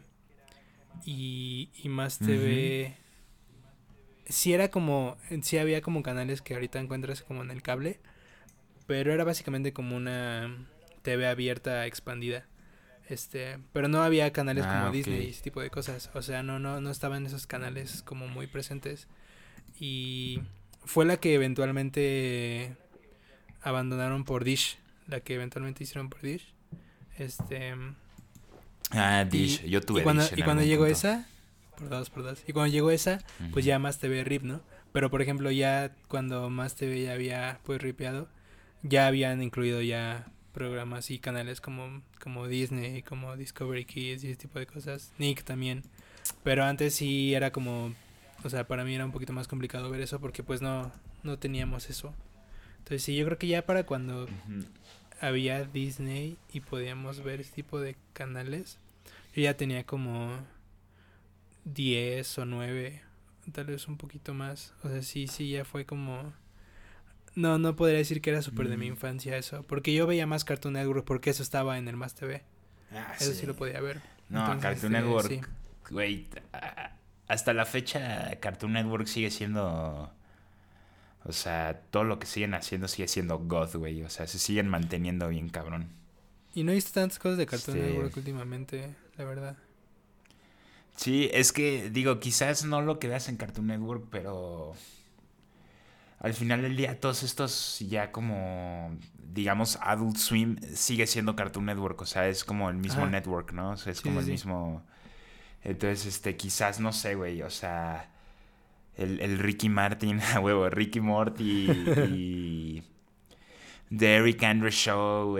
y Más ujú. TV sí era como, sí había como canales que ahorita encuentras como en el cable, pero era básicamente como una TV abierta expandida. Pero no había canales como Ok. Disney y ese tipo de cosas. O sea, no estaban esos canales como muy presentes. Y fue la que eventualmente abandonaron por Dish. La que eventualmente hicieron por Dish. Este. Dish. Yo Y tuve cuando, Dish en y cuando algún llegó punto. esa. Por dos. Y cuando llegó esa, pues Ujú. ya Más TV RIP, ¿no? Pero por ejemplo, ya cuando Más TV ya había pues ripeado, ya habían incluido ya programas y canales como Disney, como Discovery Kids y ese tipo de cosas. Nick también. Pero antes sí era como, o sea, para mí era un poquito más complicado ver eso porque pues no teníamos eso. Entonces sí, yo creo que ya para cuando Ujú. había Disney y podíamos ver ese tipo de canales, yo ya tenía como 10 o 9 tal vez un poquito más. O sea, sí, ya fue como... No podría decir que era súper de mi Mm. infancia eso, porque yo veía más Cartoon Network porque eso estaba en el Más TV. Eso sí Sí. lo podía ver. No, Entonces, Cartoon sí. Network, güey. Hasta la fecha, Cartoon Network sigue siendo. O sea, todo lo que siguen haciendo sigue siendo God, güey. O sea, se siguen manteniendo bien cabrón. Y no he visto tantas cosas de Cartoon Este. Network últimamente, la verdad. Sí, es que, digo, quizás no lo que veas en Cartoon Network, pero. Al final del día, todos estos ya como. Digamos, Adult Swim sigue siendo Cartoon Network. O sea, es como el mismo Ajá, network, ¿no? O sea, es sí, como sí, el sí. mismo. Entonces, quizás, no sé, güey. O sea. El Ricky Martin, a huevo, Ricky Morty y The Eric Andre Show,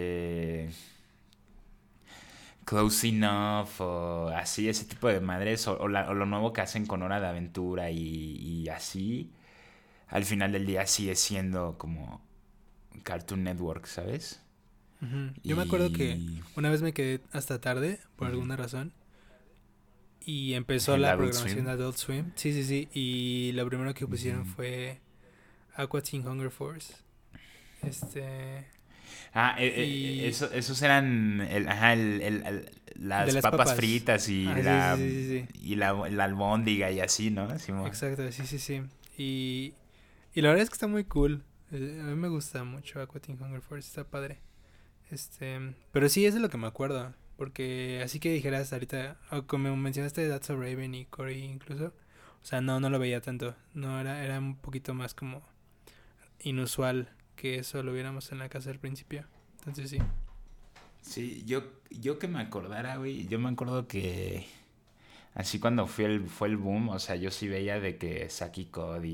Close Enough, o así, ese tipo de madres, o lo nuevo que hacen con Hora de Aventura y así, al final del día sigue siendo como Cartoon Network, ¿sabes? Ujú. Yo me acuerdo que Y una vez me quedé hasta tarde, por ujú, alguna razón, y empezó el la Adult programación Swim. de Adult Swim. Sí, sí, sí. Y lo primero que pusieron Ujú. fue Aqua Teen Hunger Force. Este. Y Esos eran ajá, de las las papas papas. fritas y Ah, sí, sí, sí, sí, sí. la albóndiga y así, ¿no? Simón. Exacto, sí, sí, sí. Y la verdad es que está muy cool. A mí me gusta mucho Aqua Teen Hunger Force, está padre. Pero sí, es de lo que me acuerdo. Porque así que dijeras ahorita, o como mencionaste That's So Raven y Cory incluso, o sea, no lo veía tanto. No, era un poquito más como inusual que eso lo viéramos en la casa al principio. Entonces sí. Sí, yo que me acordara, güey, yo me acuerdo que así cuando fue el boom, o sea, yo sí veía de que Saki Cody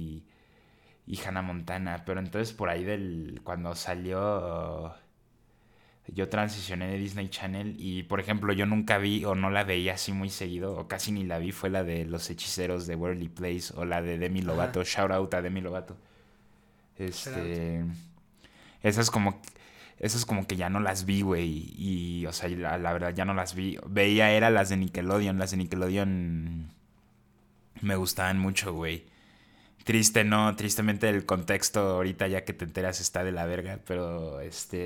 y Hannah Montana, pero entonces por ahí cuando salió, yo transicioné de Disney Channel y, por ejemplo, yo nunca vi o no la veía así muy seguido, o casi ni la vi, fue la de Los Hechiceros de Worldly Place o la de Demi Ajá. Lovato, shout out a Demi Lovato. Shout out. Este, esas como, esas como que ya no las vi, güey, y, o sea, la verdad ya no las vi. Veía era las de Nickelodeon me gustaban mucho, güey. Triste, no, tristemente el contexto ahorita ya que te enteras está de la verga, pero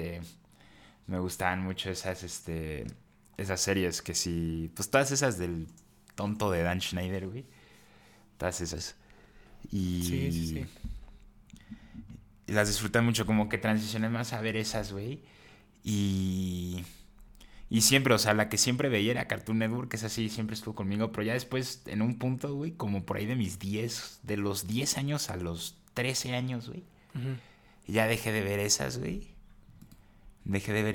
me gustaban mucho esas series que sí, pues todas esas del tonto de Dan Schneider, güey, todas esas. Sí, sí, Y sí. las disfruté mucho, como que transicioné más a ver esas, güey. Y y siempre, o sea, la que siempre veía era Cartoon Network, esa sí siempre estuvo conmigo, pero ya después, en un punto, güey, como por ahí de mis 10 de los 10 años a los 13 años, güey, Ujú. ya dejé de ver esas, güey. Dejé de ver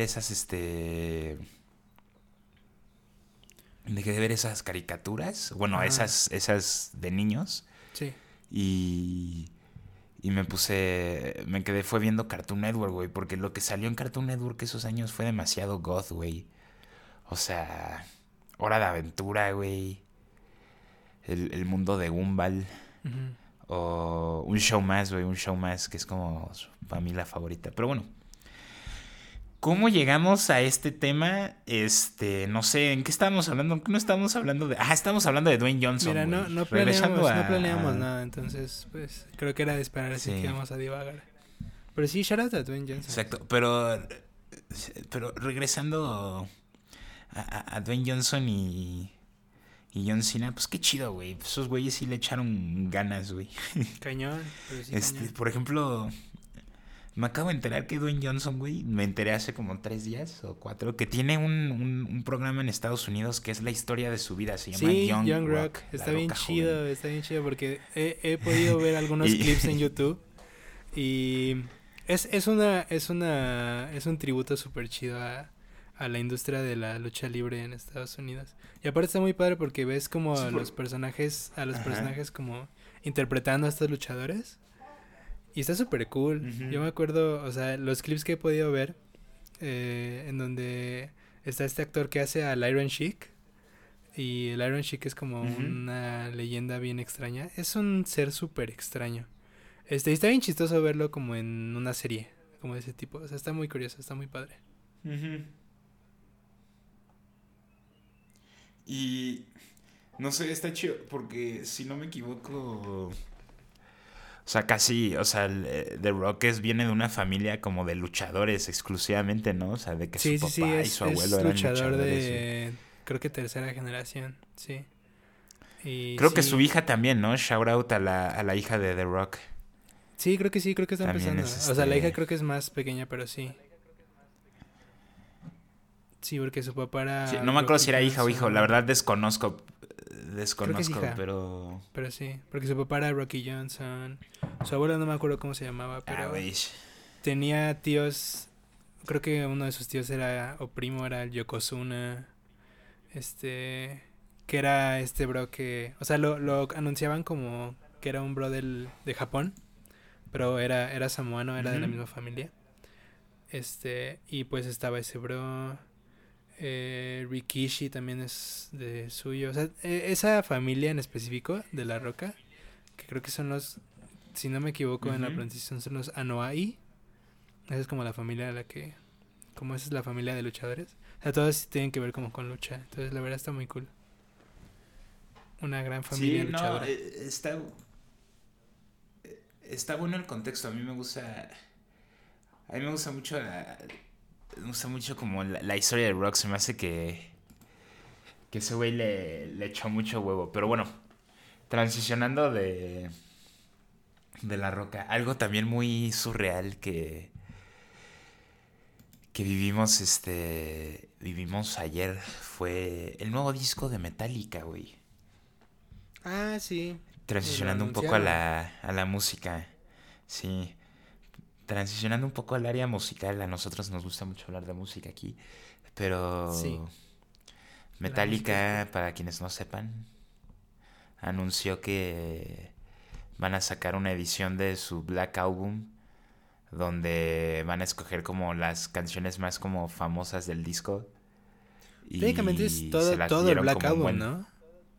dejé de ver esas caricaturas, bueno, Ajá. esas de niños, Sí. y, y me quedé, fue viendo Cartoon Network, güey, porque lo que salió en Cartoon Network esos años fue demasiado goth, güey. O sea, Hora de Aventura, güey. El mundo de Gumball. Ujú. O un show más, güey. Un show más que es como para mí la favorita. Pero bueno, ¿Cómo llegamos a este tema? No sé, ¿en qué estábamos hablando? ¿Qué no estábamos hablando de? Estábamos hablando de Dwayne Johnson, Mira, güey. no Regresando planeamos, no planeamos nada, entonces, pues, creo que era de esperar, así que Sí, vamos a divagar. Pero sí, shout out a Dwayne Johnson. exacto. Pero regresando a Dwayne Johnson y John Cena, pues qué chido, güey. Esos güeyes sí le echaron ganas, güey. Cañón, pero sí cañón. Por ejemplo, me acabo de enterar que Dwayne Johnson, güey, me enteré hace como 3 días o 4, que tiene un programa en Estados Unidos que es la historia de su vida. Se llama Sí, Young Rock. está La bien Roca chido, Joven. está bien chido porque he podido ver algunos Y- clips en YouTube y es un tributo súper chido a la industria de la lucha libre en Estados Unidos. Y aparte está muy padre porque ves como Sí, a los personajes Ajá. como interpretando a estos luchadores. Y está súper cool. Ujú. Yo me acuerdo, o sea, los clips que he podido ver en donde está este actor que hace al Iron Sheik. Y el Iron Sheik es como Ujú. una leyenda bien extraña. Es un ser súper extraño. Y está bien chistoso verlo como en una serie, como de ese tipo. O sea, está muy curioso, está muy padre. Ujú. Y no sé, está chido porque si no me equivoco, o sea, casi, o sea, The Rock viene de una familia como de luchadores exclusivamente, ¿no? O sea, de que su Sí, sí, sí, papá y su abuelo es eran luchador luchadores. de, creo que tercera generación, sí. Y Creo que su sí, hija también, ¿no? Shout out a la hija de The Rock. sí, creo que está También empezando. es O sea, la hija creo que es más pequeña, pero sí. Sí, porque su papá Sí, era no me acuerdo Rocky si era hija o hijo, la Johnson. verdad desconozco. Creo que es Desconozco, hija, pero. pero sí. Porque su papá era Rocky Johnson. Su abuelo no me acuerdo cómo se llamaba, pero Güey. tenía tíos. Creo que uno de sus tíos era, o primo era el Yokozuna. Este. Que era este bro que. O sea, lo anunciaban como que era un bro de Japón. Pero era samoano, era de la Ujú. misma familia. Y pues estaba ese bro. Rikishi también es de suyo. O sea, esa familia en específico de La Roca, que creo que son los, si no me equivoco en la Ujú. pronunciación, son los Anoa'i. Esa es como la familia a la que, como esa es la familia de luchadores. O sea, todos tienen que ver como con lucha. Entonces, la verdad está muy cool. Una gran familia Sí, no, luchadora. está bueno el contexto. A mí me gusta mucho me gusta mucho como la historia de Rock. Se me hace que ese güey le echó mucho huevo. Pero bueno, transicionando de La Roca. Algo también muy surreal que vivimos ayer fue el nuevo disco de Metallica, güey. Ah, sí. Lo Transicionando un poco a anunciaron. la música. Sí. Transicionando un poco al área musical. A nosotros nos gusta mucho hablar de música aquí. Sí, Pero la música es cool. Metallica, para quienes no sepan, anunció que van a sacar una edición de su Black Album donde van a escoger como las canciones más como famosas del disco Técnicamente es y se las todo el dieron Black como un Album, buen. ¿no?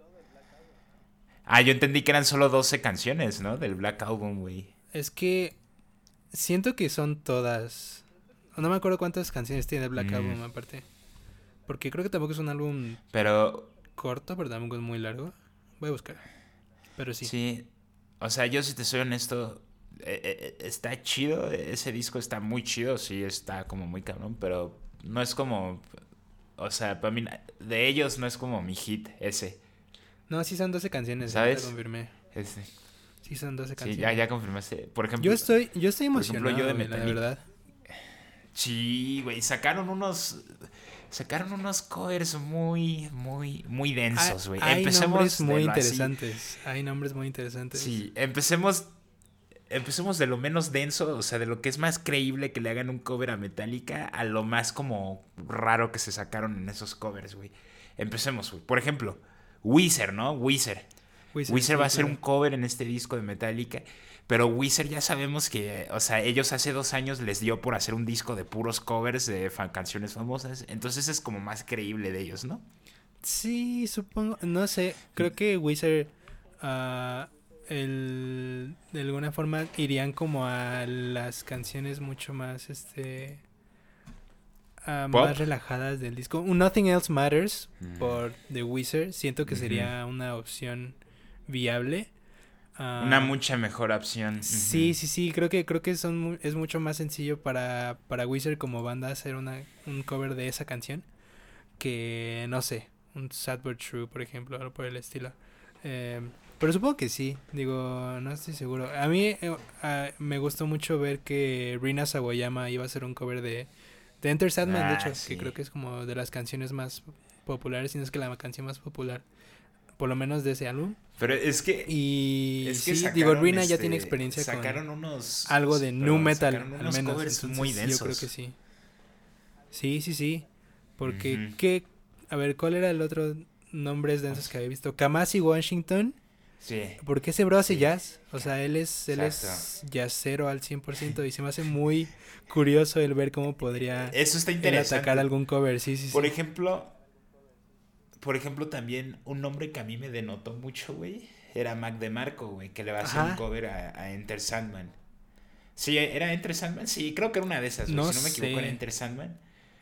Yo entendí que eran solo 12 canciones, ¿no? Del Black Album, güey. Es que siento que son todas. No me acuerdo cuántas canciones tiene el Black Mm, Album aparte. Porque creo que tampoco es un álbum pero corto, pero tampoco es muy largo. Voy a buscar. Pero sí. sí, o sea, yo si te soy honesto, está chido, ese disco está muy chido, sí, está como muy cabrón, pero no es como, o sea, para mí, de ellos no es como mi hit ese, No, sí son 12 canciones, ahorita ¿sabes? confirmé. Ese, Sí son 12 sí, ya, canciones. ya confirmaste. Yo estoy Por ejemplo, yo de emocionado, güey, la Metallica, verdad. sí, güey, sacaron unos covers muy, muy, muy densos, güey. Hay nombres Empecemos de muy lo así. interesantes. Hay nombres muy interesantes. Sí, empecemos de lo menos denso, o sea, de lo que es más creíble que le hagan un cover a Metallica, a lo más como raro que se sacaron en esos covers, güey. Empecemos, güey. Por ejemplo, Weezer, ¿no? Weezer. Wizard, Weezer va sí, a hacer un claro. cover en este disco de Metallica, pero Weezer ya sabemos que, o sea, ellos hace 2 años les dio por hacer un disco de puros covers de canciones famosas, entonces es como más creíble de ellos, ¿no? Sí, supongo. No sé. Creo que Wizard. ah, de alguna forma irían como a las canciones mucho más. ¿Pop? más relajadas del disco. Un Nothing Else Matters Mm. por The Wizard. Siento que Ujú. sería una opción viable. Una mucha mejor opción. Sí, Ujú. sí, sí, creo que es mucho más sencillo para Wizard como banda hacer un cover de esa canción que, no sé, un Sad But True, por ejemplo, algo por el estilo. Eh, pero supongo que sí, digo, no estoy seguro. A mí me gustó mucho ver que Rina Sawayama iba a hacer un cover de Enter Sandman, de Ah, hecho, que sí. creo que es como de las canciones más populares, si no es que la canción más popular, por lo menos de ese álbum. Pero es que Y sí, digo, sacaron Rina ya tiene experiencia con sacaron unos algo de nu perdón, metal, sacaron al unos menos. covers muy Entonces yo creo que densos. sí. Sí, sí, sí. Porque, Ujú. a ver, ¿cuál era el otro nombres densos que había visto? Kamasi Washington. Sí, Porque ese bro hace sí. jazz. O sea, él Exacto. es jazzero al 100%. Y se me hace muy curioso el ver cómo podría Eso está él atacar interesante. algún cover. Sí, sí, Por sí. ejemplo, por ejemplo también un nombre que a mí me denotó mucho, güey, era Mac DeMarco, güey, que le va a hacer un Ajá. cover a Enter Sandman. Sí, era Enter Sandman, sí, creo que era una de esas, güey, No si no me equivoco era sé. Enter Sandman.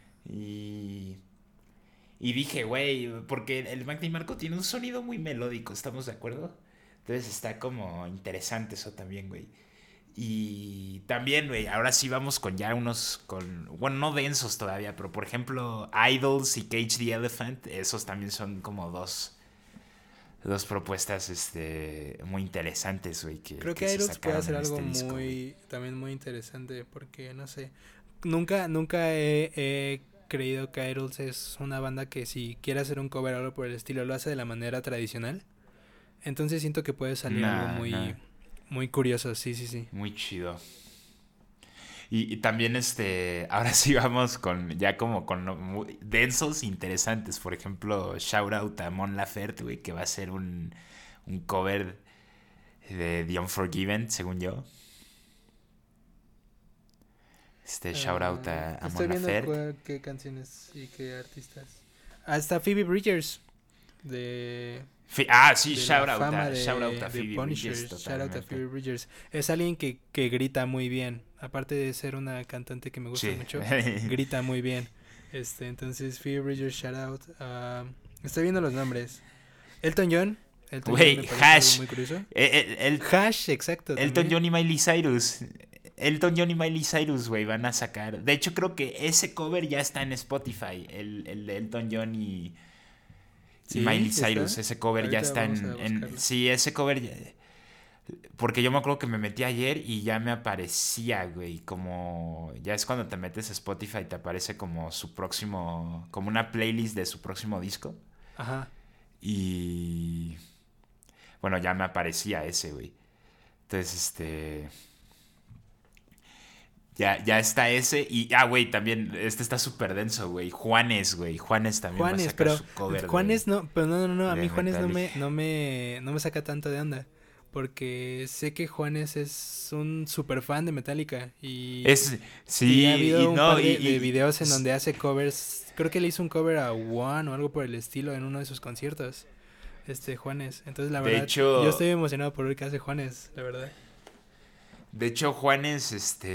Y y dije, güey, porque el Mac DeMarco tiene un sonido muy melódico, ¿estamos de acuerdo? Entonces está como interesante eso también, güey. Y también, güey, ahora sí vamos con ya unos, bueno, no densos todavía, pero por ejemplo, Idols y Cage the Elephant, esos también son como dos propuestas, muy interesantes, güey, Creo que que se Idols puede sacaron hacer en algo este disco, güey. también muy interesante. Porque, no sé. Nunca he creído que Idols es una banda que si quiere hacer un cover o algo por el estilo, lo hace de la manera tradicional. Entonces siento que puede salir algo Nah, nah, muy curioso, sí, sí, sí. muy chido. Y también ahora sí vamos con ya como con densos interesantes. Por ejemplo, shout out a Mon Laferte, güey, que va a ser un cover de The Unforgiven, según yo. Shout out a Estoy Mon viendo Laferte. qué canciones y qué artistas. Hasta Phoebe Bridgers de, Sí, de la fama shout out a de Phoebe Bridgers Punisher. Shout out a totalmente. Phoebe Bridgers. Es alguien que grita muy bien. Aparte de ser una cantante que me gusta Sí. mucho, grita muy bien. Entonces Phoebe Bridgers, shout out. Estoy viendo los nombres. Elton John. Elton John me Güey, parece algo Hash. muy curioso. El, Hash, exacto, Elton también. John y Miley Cyrus. Elton John y Miley Cyrus, güey, van a sacar. De hecho, creo que ese cover ya está en Spotify. El de Elton John y Sí, Miley ya está. Cyrus. Ese cover ya Ahorita está vamos a buscarlo. sí, ese cover. Porque yo me acuerdo que me metí ayer y ya me aparecía, güey. Como. Ya es cuando te metes a Spotify y te aparece como su próximo. Como una playlist de su próximo disco. Ajá. Y. Bueno, ya me aparecía ese, güey. Entonces, ya está ese. Y, güey, también, está súper denso, güey. Juanes, güey. Juanes también va a Juanes, sacar pero su cover Juanes no, pero no, a de mí Juanes no Metallica. no me saca tanto de onda, porque sé que Juanes es un super fan de Metallica Es, y ha sí, y habido un no, par de videos en donde hace covers, creo que le hizo un cover a One o algo por el estilo en uno de sus conciertos, Juanes, entonces la de verdad, yo hecho, estoy emocionado por ver qué hace Juanes, la verdad. Juanes,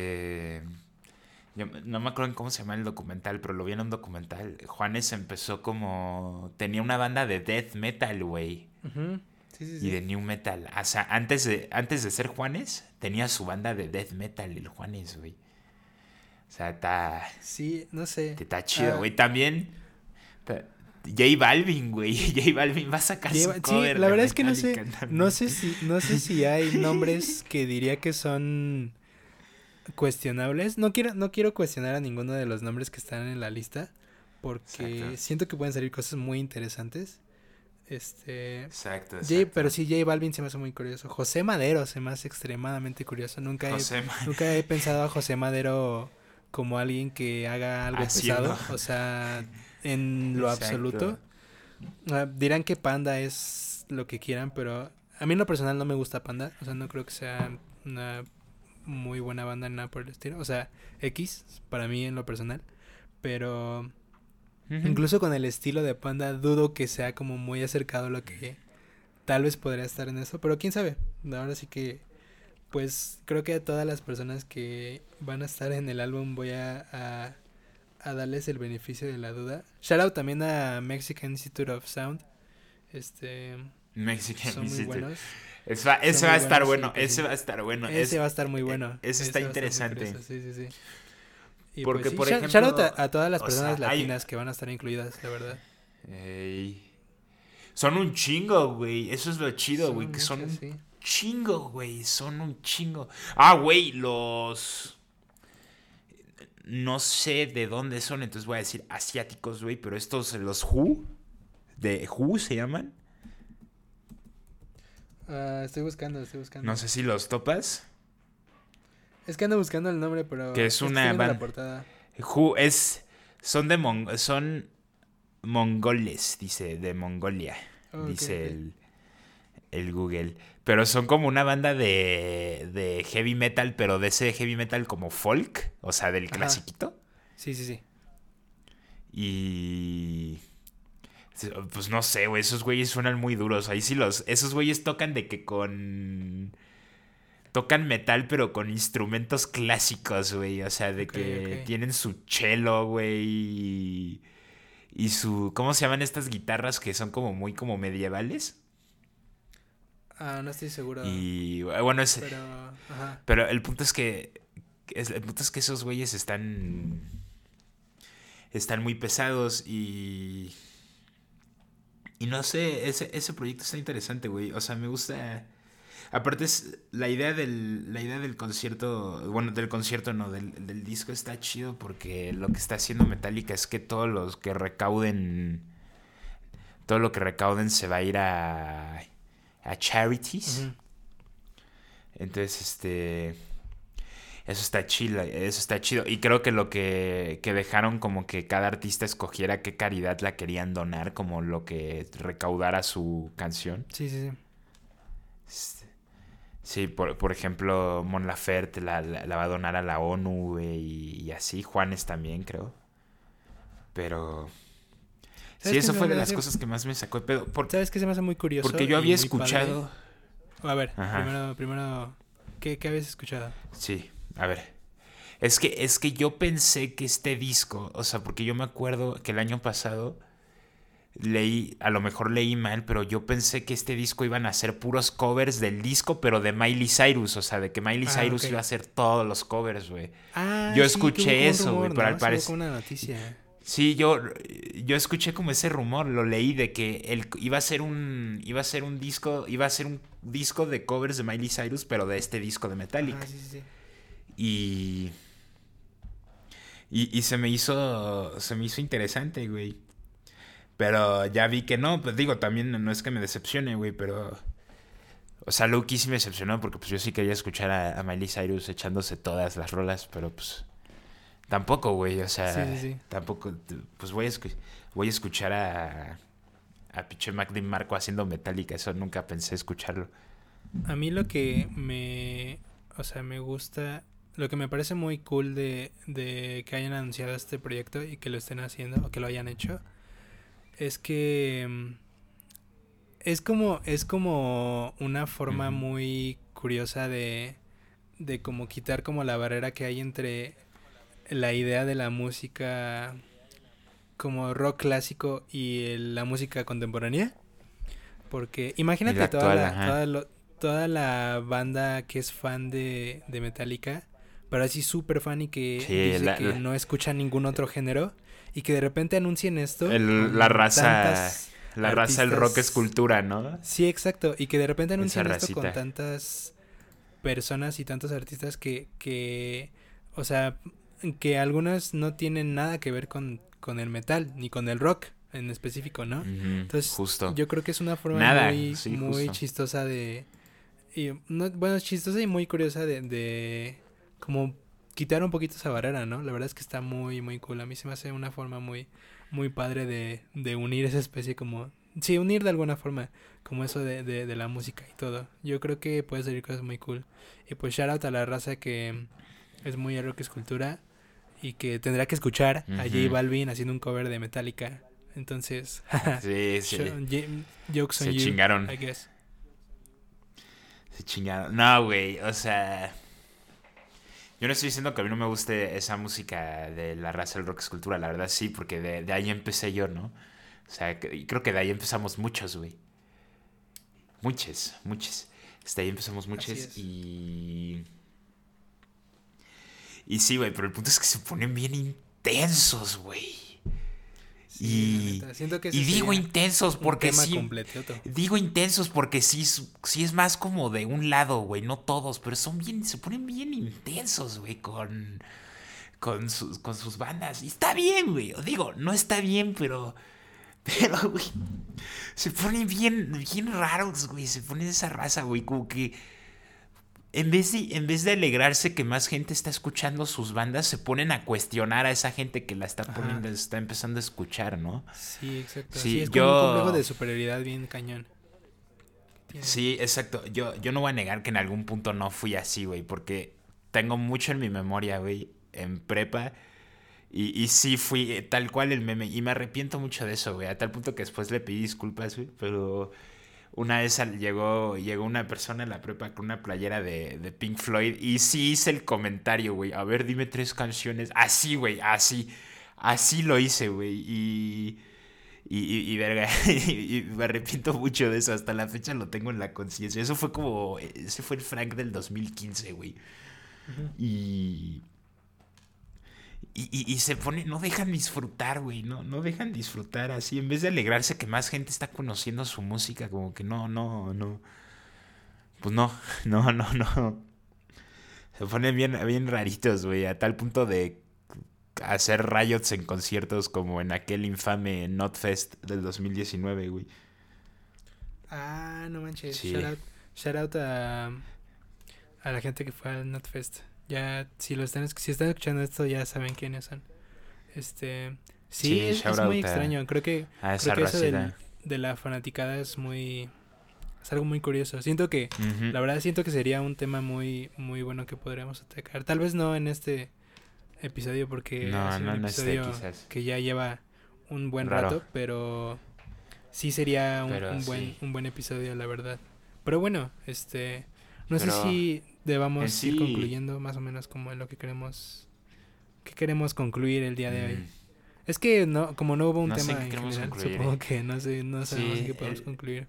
yo no me acuerdo en cómo se llama el documental, pero lo vi en un documental. Juanes empezó como, tenía una banda de death metal, güey. Ujú. Sí, sí, Y sí. de new metal. O sea, antes de ser Juanes, tenía su banda de death metal, el Juanes, güey. O sea, Sí, no sé. está chido, Ah, güey. También, J Balvin, güey. J Balvin va a sacar su Sí, cover la de verdad es que Metallica también. no sé si hay nombres que diría que son cuestionables. No quiero cuestionar a ninguno de los nombres que están en la lista, Exacto. porque siento que pueden salir cosas muy interesantes. Exacto, Pero exacto. sí, J Balvin se me hace muy curioso. José Madero se me hace extremadamente curioso. José Nunca he pensado a José Madero como alguien que haga algo haciendo. pesado, o sea, en lo Exacto. absoluto. Dirán que Panda es lo que quieran, pero a mí en lo personal no me gusta Panda. O sea, no creo que sea una muy buena banda ni nada por el estilo. O sea, X, para mí en lo personal. Pero Ujú. incluso con el estilo de Panda, dudo que sea como muy acercado a lo que tal vez podría estar en eso. Pero quién sabe. Ahora sí que, pues creo que a todas las personas que van a estar en el álbum voy a darles el beneficio de la duda. Shout out también a Mexican Institute of Sound. Mexican Son muy Institute. buenos. Ese Son va a muy estar buenos, bueno, y, pues, ese va a estar bueno. Ese va a estar muy bueno. Ese está interesante. Sí, sí, sí. Y porque, pues, sí, por ejemplo, shout out a todas las o personas sea, latinas que van a estar incluidas, la verdad. Son un chingo, güey. Eso es lo chido, güey. Que son muchas, un sí. chingo, güey. Son un chingo. Ah, güey, los... No sé de dónde son, entonces voy a decir asiáticos, güey. Pero estos, los Who, de Who se llaman. Estoy buscando. No sé si los topas. Es que ando buscando el nombre, pero... Que es una banda. banda. La portada. Who es... Son de son mongoles, dice, de Mongolia. Dice el Google. Pero son como una banda de heavy metal, pero de ese heavy metal como folk, o sea, del clasiquito. Sí, sí, sí. Y... Pues no sé, güey, esos güeyes suenan muy duros. Ahí sí esos güeyes tocan de que con... Tocan metal, pero con instrumentos clásicos, güey. O sea, de que tienen su cello, güey. Y su... ¿Cómo se llaman estas guitarras que son como muy como medievales? No estoy seguro. Y bueno, pero el punto es que... El punto es que esos güeyes están muy pesados y... Y no sé, ese proyecto está interesante, güey. O sea, me gusta... Aparte es la idea del concierto, bueno, del concierto no, del disco está chido porque lo que está haciendo Metallica es que todo lo que recauden se va a ir a charities. Uh-huh. Entonces, eso está chido. Y creo que lo que dejaron como que cada artista escogiera qué caridad la querían donar, como lo que recaudara su canción. Sí, sí, sí. Sí, por ejemplo, Mon Laferte la va a donar a la ONU, güey, y así. Juanes también, creo. Pero... Sí, eso fue de las cosas que más me sacó de pedo. ¿Sabes qué se me hace muy curioso? Porque yo había escuchado... A ver, primero ¿qué habías escuchado? Sí, a ver. Es que yo pensé que este disco, o sea, porque yo me acuerdo que el año pasado... a lo mejor leí mal, pero yo pensé que este disco iban a ser puros covers del disco, pero de Miley Cyrus, o sea, de que Miley Cyrus iba a hacer todos los covers, güey. Yo escuché eso, güey, pero al parecer... una noticia. Sí, yo escuché como ese rumor, lo leí de que iba a ser un disco de covers de Miley Cyrus, pero de este disco de Metallica. Sí. Y se me hizo interesante, güey. Pero ya vi que no, pues digo, también no es que me decepcione, güey, pero... O sea, Low-key sí me decepcionó porque pues yo sí quería escuchar a Miley Cyrus echándose todas las rolas, pero pues... Tampoco, güey, o sea... Sí. Tampoco, pues voy a escuchar a pinche Mac DiMarco haciendo Metallica, eso nunca pensé escucharlo. A mí lo que me gusta... Lo que me parece muy cool de que hayan anunciado este proyecto y que lo estén haciendo, o que lo hayan hecho... Es que es como una forma muy curiosa de como quitar como la barrera que hay entre la idea de la música como rock clásico y la música contemporánea. Porque imagínate toda la banda que es fan de Metallica, pero así súper fan y que dice que no escucha ningún otro género. Y que de repente anuncien esto. La raza del rock es cultura, ¿no? Sí, exacto. Y que de repente anuncien esto con tantas personas y tantos artistas que o sea, que algunas no tienen nada que ver con el metal, ni con el rock en específico, ¿no? Uh-huh, entonces, justo. Yo creo que es una forma muy chistosa chistosa y muy curiosa de como... quitar un poquito esa barrera, ¿no? La verdad es que está muy, muy cool. A mí se me hace una forma muy, muy padre de unir esa especie como... Sí, unir de alguna forma, como eso de la música y todo. Yo creo que puede salir cosas muy cool. Y pues shout out a la raza que es muy rock escultura y que tendrá que escuchar a J Balvin haciendo un cover de Metallica. Entonces... sí. Jokes on you, chingaron. I guess. Se chingaron. No, güey, o sea... Yo no estoy diciendo que a mí no me guste esa música de la raza del rock escultura, la verdad sí, porque de ahí empecé yo, ¿no? O sea, y creo que de ahí empezamos muchos, güey. Muchos. Ahí empezamos Así muchos es. y... Y sí, güey, pero el punto es que se ponen bien intensos, güey. Sí, la Y, neta. Siento que y ese digo sería intensos un porque tema sí. completo. Digo intensos porque sí, sí es más como de un lado, güey. No todos, pero se ponen bien intensos, güey, con sus bandas. Y está bien, güey. Digo, no está bien, güey, se ponen bien raros, güey. Se ponen esa raza, güey. Como que en vez de alegrarse que más gente está escuchando sus bandas, se ponen a cuestionar a esa gente que la está Ajá. poniendo, está empezando a escuchar, ¿no? Sí, exacto. Sí, Sí, es como un complejo yo. de superioridad bien cañón que tienen. Sí, exacto. Yo no voy a negar que en algún punto no fui así, güey, porque tengo mucho en mi memoria, güey, en prepa. Y sí fui tal cual el meme. Y me arrepiento mucho de eso, güey. A tal punto que después le pedí disculpas, güey. Pero una vez llegó una persona en la prepa con una playera de Pink Floyd. Y sí hice el comentario, güey. A ver, dime 3 canciones. Así, güey, así. Así lo hice, güey. Y verga, y me arrepiento mucho de eso. Hasta la fecha lo tengo en la conciencia. Ese fue el Frank del 2015, güey. Ujú. Y, y se pone, no dejan disfrutar, güey. No dejan disfrutar así. En vez de alegrarse que más gente está conociendo su música, como que no. Pues no, no. Se ponen bien raritos, güey. A tal punto de hacer riots en conciertos como en aquel infame Notfest del 2019, güey. Ah, no manches. Sí. Shout out a la gente que fue al Notfest. Ya, si están escuchando esto, ya saben quiénes son. Este, sí, Sí, shout es muy out extraño. a Creo esa que eso racita. de la fanaticada es algo muy curioso. Ujú. La verdad siento que sería un tema muy bueno que podríamos atacar. Tal vez no en este episodio porque ha No, sido no un en este episodio quizás. que ya lleva un buen Raro. rato, pero sí sería Pero sí. un buen episodio, la verdad. Pero bueno, no sé Pero si en debamos ir sí. concluyendo más o menos como en lo que queremos concluir el día de hoy. mm, Es que no, como no hubo un no sé en tema qué en queremos general, concluir, supongo ¿eh? que no sabemos en Sí, qué podemos concluir.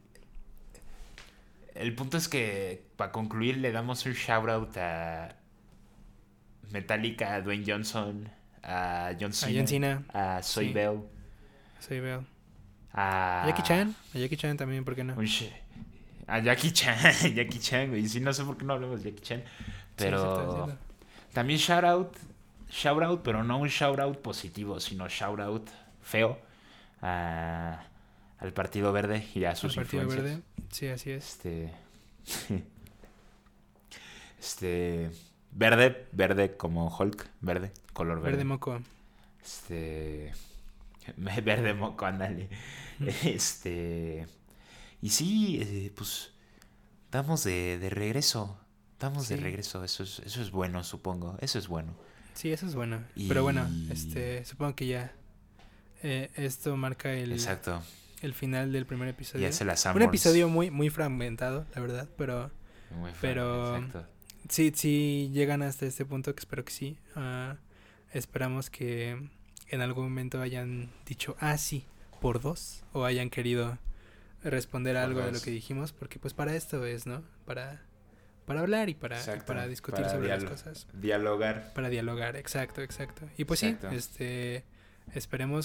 el punto es que para concluir le damos un shout out a Metallica, a Dwayne Johnson, a John A John Cena, Cena, a Soy sí, Bell, soy Bell. a. A Jackie Chan también, ¿por qué no? un sh- a Jackie Chan, Jackie Chan, güey. Sí, no sé por qué no hablamos de Jackie Chan. Sí, es cierto, es Pero cierto. también shout out, pero no un shout out positivo, sino shout out feo a, al Partido Verde y a Al sus Partido influencers. Verde, sí, así es. Este, este, verde como Hulk, verde, color Verde verde. moco. Este, verde moco, ándale. Ujú. Este, y sí, pues damos de regreso. Damos de Sí, regreso, eso es bueno, supongo. Eso es bueno. sí, eso es bueno. Pero bueno, Y. supongo que ya esto marca Exacto. el final del primer Y episodio. hace las Un episodio Sanborns. muy fragmentado, la verdad, Muy fan, pero exacto. sí, sí llegan hasta este punto, que espero que sí. Esperamos que en algún momento hayan dicho, sí, por dos, o hayan querido responder a Por algo de lo dos. que dijimos, porque pues para esto es, ¿no? Para hablar y Exacto. para discutir Para sobre las cosas, dialogar. para dialogar, exacto, exacto. Y pues sí, Exacto. esperemos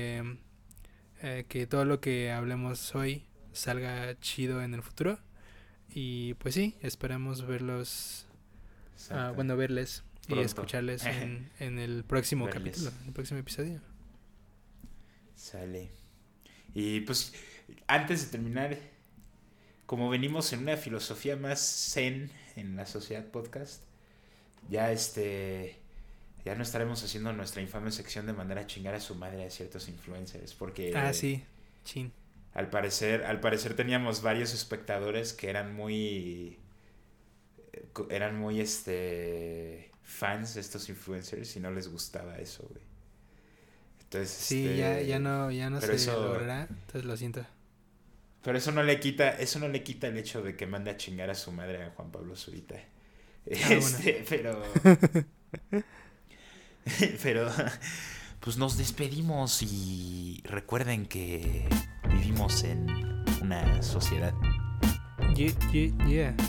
que todo lo que hablemos hoy salga chido en el futuro. Y pues sí, esperamos Exacto. verles y Pronto. escucharles en el próximo capítulo, Verles. en el próximo episodio. Sale. Y pues, antes de terminar, como venimos en una filosofía más zen en la sociedad podcast, ya ya no estaremos haciendo nuestra infame sección de mandar a chingar a su madre a ciertos influencers, porque Sí, chin. al parecer teníamos varios espectadores que eran muy fans de estos influencers y no les gustaba eso, güey. Entonces, Sí, ya no pero se eso logrará, entonces lo siento. pero eso no le quita el hecho de que mande a chingar a su madre a Juan Pablo Zurita. Bueno. Pero pues nos despedimos y recuerden que vivimos en una sociedad. Yeah.